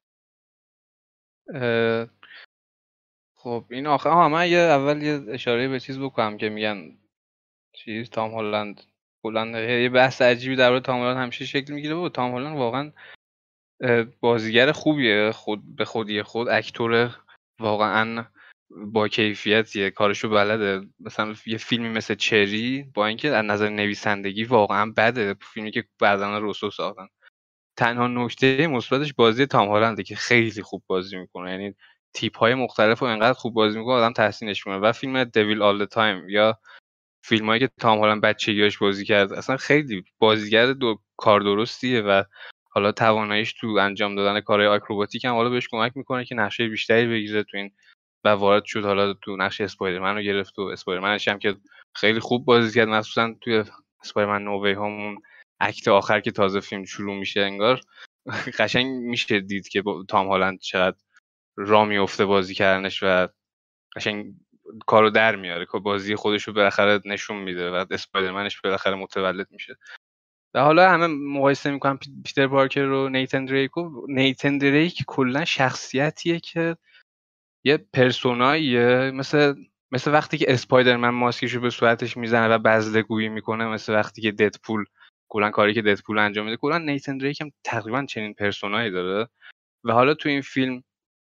خب این آخر من اول یه اشاره به چیز بکنم که میگن چیز تام هلند یه بحث عجیبی در مورد تام هلند همیشه شکل میگیره و تام هلند واقعا بازیگر خوبیه، به خودی خود اکتور واقعا با کیفیتیه، کارشو بلده. مثلا یه فیلمی مثل چری با اینکه از نظر نویسندگی واقعا بده، فیلمی که بعداً روسو ساختن، تنها نکته مثبتش بازی تام هلنده که خیلی خوب بازی میکنه، یعنی تیپ های مختلف رو انقدر خوب بازی میکنه آدم تحسینش میکنه. و فیلم دیویل آل د تایم یا فیلمایی که تام هلند بچگیاش بازی کرد، اصلا خیلی بازیگر کار درستیه و حالا تواناییش تو انجام دادن کارهای آکروباتیک هم حالا بهش کمک میکنه که نقشه بیشتری بگیره تو این و وارد شد حالا تو نقش اسپایدرمن رو گرفت و اسپایدرمنش هم که خیلی خوب بازی کرد، مخصوصا توی اسپایدرمن نووی هامون اکت آخر که تازه فیلم شروع میشه انگار قشنگ میشه دید که تام هلند چقدر راه میفته بازی کردنش و قشنگ کارو در میاره که بازی خودش رو بالاخره نشون میده و اسپایدرمنش بالاخره متولد میشه. و حالا همه مقایسه میکنن پیتر پارکر رو نیتن دریک کلا شخصیتیه که یه پرسوناییه، مثل وقتی که اسپایدرمن ماسکشو به صورتش میزنه و بزلگویی میکنه، مثل وقتی که ددپول کلا کاری که ددپول انجام میده، کلا نیتن دریک هم تقریبا چنین پرسونایی داره. و حالا تو این فیلم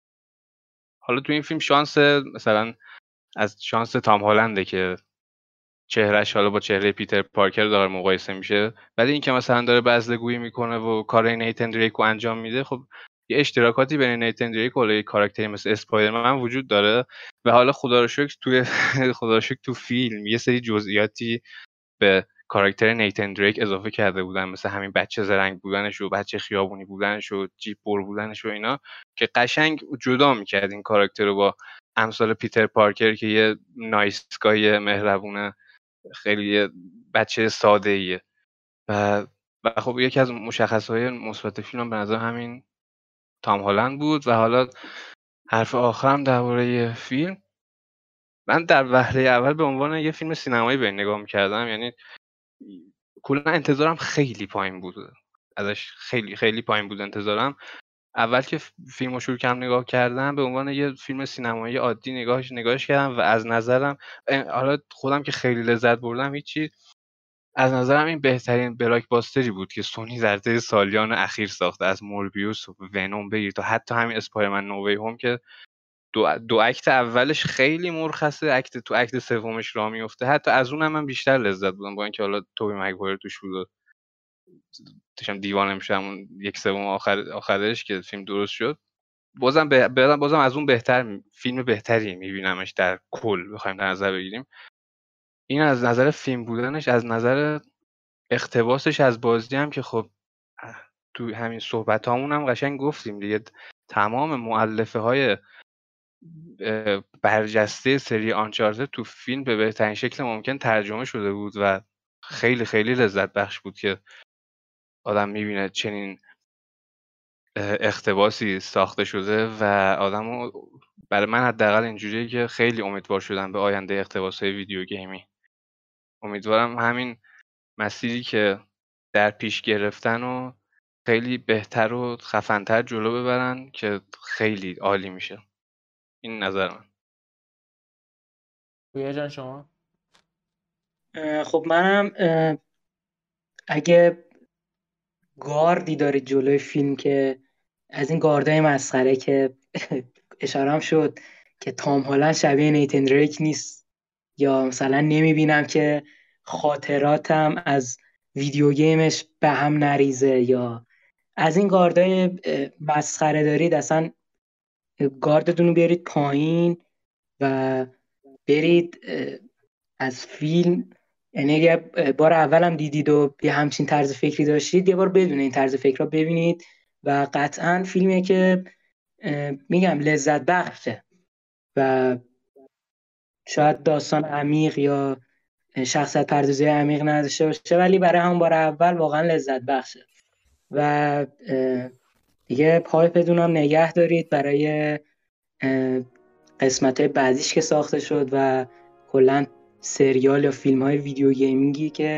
شانس مثلا از شانس تام هلنده که چهرهش حالا با چهره پیتر پارکر داره مقایسه میشه، ولی این که مثلا داره بزلگویی میکنه و کار نیتن دریک رو انجام میده، خب یه اشتراکاتی بین نیتن دریک و یه کاراکتری مثل اسپایدرمن وجود داره. و حالا خدا رو شکر تو فیلم یه سری جزئیاتی به کاراکتر نیتن دریک اضافه کرده بودن، مثل همین بچه زرنگ بودنش و بچه خیابونی بودنش و جیپ بر بودنش و اینا، که قشنگ جدا میکرد این کاراکتر رو با امثال پیتر پارکر که یه نایسگاه مهربونه، خیلی بچه ساده ایه. و خب یکی از مشخصهای مثبت فیلم به نظر همین تام هلند بود. و حالا حرف آخرم درباره فیلم، من در وهله اول به عنوان یه فیلم سینمایی به این نگاه می‌کردم، یعنی کلا انتظارم خیلی پایین بود ازش، خیلی خیلی پایین بود انتظارم. اول که فیلمو شروع کردم نگاه کردم به عنوان یه فیلم سینمایی عادی نگاهش کردم و از نظرم حالا خودم که خیلی لذت بردم هیچی، از نظرم این بهترین بلاکباستری بود که سونی در طی سالیان اخیر ساخته، از موربیوس و ونوم بگیر تا حتی همین اسپایدرمن نووی هوم که دو اکت اولش خیلی مرخصه، تو اکت سومش راه میفته، حتی از اونم من بیشتر لذت بردم با اینکه حالا توبی مگوایر توش بود، داشتم دیوانه میشم اون یک سوم آخرش که فیلم درست شد. بازم از اون فیلم بهتری میبینمش در کل بخوایم در نظر بگیریم. این از نظر فیلم بودنش، از نظر اقتباسش از بازی هم که خب تو همین صحبتامون هم قشنگ گفتیم دیگه، تمام مؤلفه های برجسته سری آنچارتد تو فیلم به بهترین شکل ممکن ترجمه شده بود و خیلی خیلی لذت بخش بود که آدم میبینه چنین اقتباسی ساخته شده و آدمو، برای من حداقل اینجوریه که خیلی امیدوار شدم به آینده اقتباس‌های ویدیو گیمی. امیدوارم همین مسیری که در پیش گرفتن و خیلی بهتر و خفن‌تر جلو ببرن که خیلی عالی میشه. این نظر من. پویا جان شما؟ خب منم اگه گاردی داره جلوی فیلم که از این گاردای مسخره که اشاره هم شد که تام هالند شبیه نیتن دریک نیست، یا مثلا نمیبینم که خاطراتم از ویدیو گیمش به هم نریزه، یا از این گاردای مسخره دارید، اصلا گاردتون رو بیارید پایین و برید از فیلم، یعنی اگه بار اولم دیدید و یه همچین طرز فکری داشتید، یه بار بدون این طرز فکر رو ببینید و قطعا فیلمیه که میگم لذت بخشه و شاید داستان عمیق یا شخصیت پردازی عمیق نداشته باشه، ولی برای همون بار اول واقعا لذت بخشه. و دیگه پای بدونم نگه دارید برای قسمت بعدیش که ساخته شد و کلا سریال یا فیلم های ویدیو گیمینگی که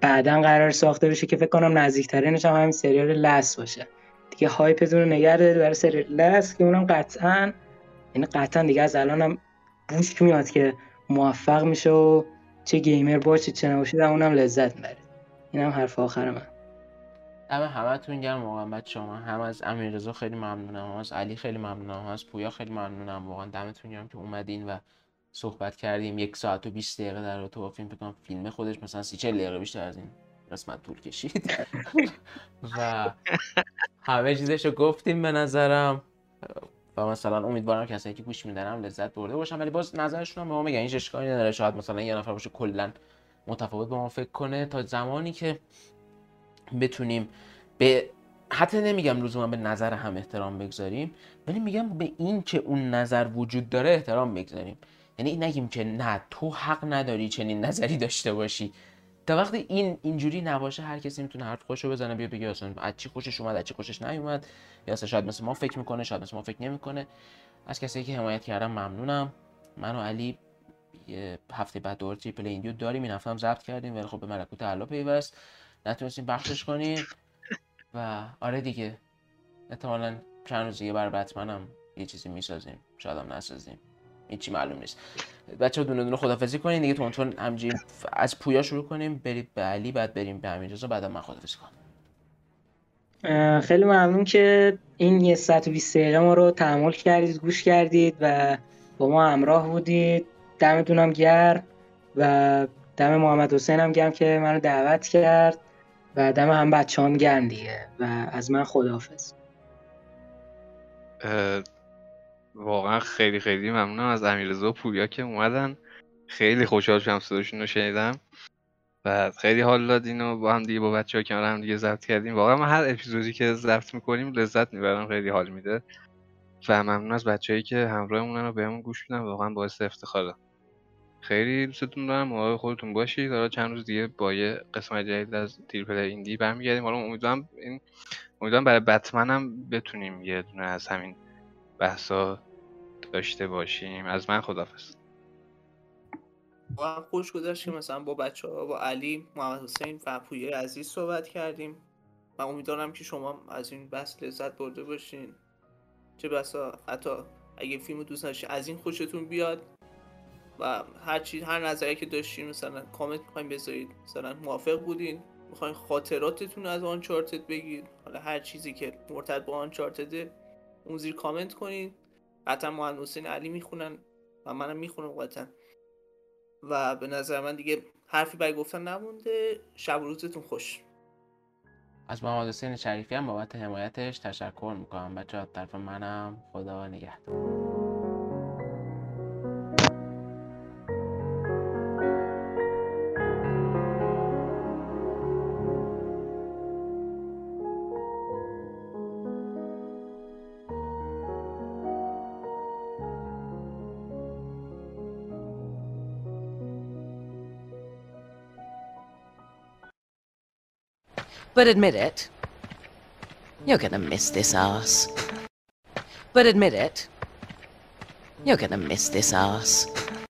بعداً قرار ساخته بشه که فکر کنم نزدیکترینش هم همین سریال لست باشه دیگه. هایپتون رو نگه دارید برای سریال لست که اونم قطعاً دیگه از الانم بوش میاد که موفق میشه و چه گیمر باشید چه نباشید اونم لذت میبرید. اینم حرف آخر من. همتون گرم واقعا بچه‌ها. من هم از امیررضا خیلی ممنونم، هم از علی خیلی ممنونم، هم از پویا خیلی ممنونم. واقعا دمتون گرم که اومدین و صحبت کردیم. 1 ساعت و 20 دقیقه در رابطه با فیلم. فکر کنم فیلم خودش مثلا 30-40 دقیقه بیشتر از این قسمت طول کشید و همه چیزشو گفتیم به نظرم و مثلا امیدوارم کسایی که گوش میدن هم لذت برده باشن، ولی باز نظرشون هم به ما میگن. این اشکالی نداره، شاید مثلا یه نفر باشه کلا متفاوت با ما فکر کنه. تا زمانی که بتونیم به حتی نمیگم لزوما به نظر هم احترام بگذاریم، ولی میگم به این که اون نظر وجود داره احترام بگذاریم. یعنی نگیم که نه تو حق نداری چنین نظری داشته باشی. تا وقتی اینجوری نباشه هر کسی میتونه حرف خودشو بزنه، بیا بگه اصلا از چی خوشش اومد از چی خوشش نیومد، یا اصلا شاید مثل ما فکر میکنه شاید مثل ما فکر نمیکنه. از کسایی که حمایت کردن ممنونم. من و علی یه هفته بعد دور تریپل ایندیو داریم، این هفته هم ضبط کردیم ولی خب به ملکوت اعلی پیوست نتونستیم بخشش کنیم و آره دیگه احتمالاً چند روز دیگه برای بتمن هم یه چیزی میسازیم، شاید هم نسازیم، هیچی معلوم نیست. بچه‌ها دونه دونه خدافظی کنین دیگه. تون همینجوری از پویا شروع کنیم، برید به علی، بعد بریم به امیررضا، بعد من خدافظی کنم. خیلی ممنون که این 120 دقیقه ما رو تحمل کردید، گوش کردید و با ما همراه بودید. دمتون هم گرم و دم محمد حسین هم گرم که منو دعوت کرد و دم هم بچه‌هام گرم دیگه و از من خداحافظ. واقعا خیلی خیلی ممنونم از امیررضا و پویا که اومدن. خیلی خوشحال شدم صداشون رو شنیدم و خیلی حال دادین و با هم دیگه با بچه‌ها کنار هم دیگه ضبط کردیم. واقعا من هر اپیزودی که ضبط می‌کنیم لذت می‌برم، خیلی حال میده و ممنون از بچه‌ای که همراهمونن و بهمون گوش میدن، واقعا باعث افتخاره. خیلی دوستتون دارم، مراقب خودتون باشید. حالا چند روز دیگه با یه قسمت جدید از تریپل ایندی برمیگردیم. حالا امیدوارم برای بتمن هم بتونیم یه دونه از همین بحثا داشته باشیم. از من خداحافظ. واقعا خوش گذشت که مثلا با بچه‌ها، با علی، محمد حسین و پویای عزیز صحبت کردیم و امیدوارم که شما از این بحث لذت برده باشین. چه بسا حتی اگه فیلمو دوست داشتین از این خوشتون بیاد و هر نظری که داشتین مثلا کامنت می‌خواید بذارید، مثلا موافق بودین، می‌خواید خاطراتتون از آنچارتد بگید، حالا هر چیزی که مرتبط با آنچارتد اون زیر کامنت کنید. قطعا محمد حسین علی میخونن و منم میخونم قطعا. و به نظر من دیگه حرفی برای گفتن نمونده. شب و روزتون خوش. از محمد حسین شریفی هم بابت حمایتش تشکر میکنم. بچه‌ها طرف منم خدا نگهدار. But admit it, you're gonna miss this ass. But admit it, you're gonna miss this ass.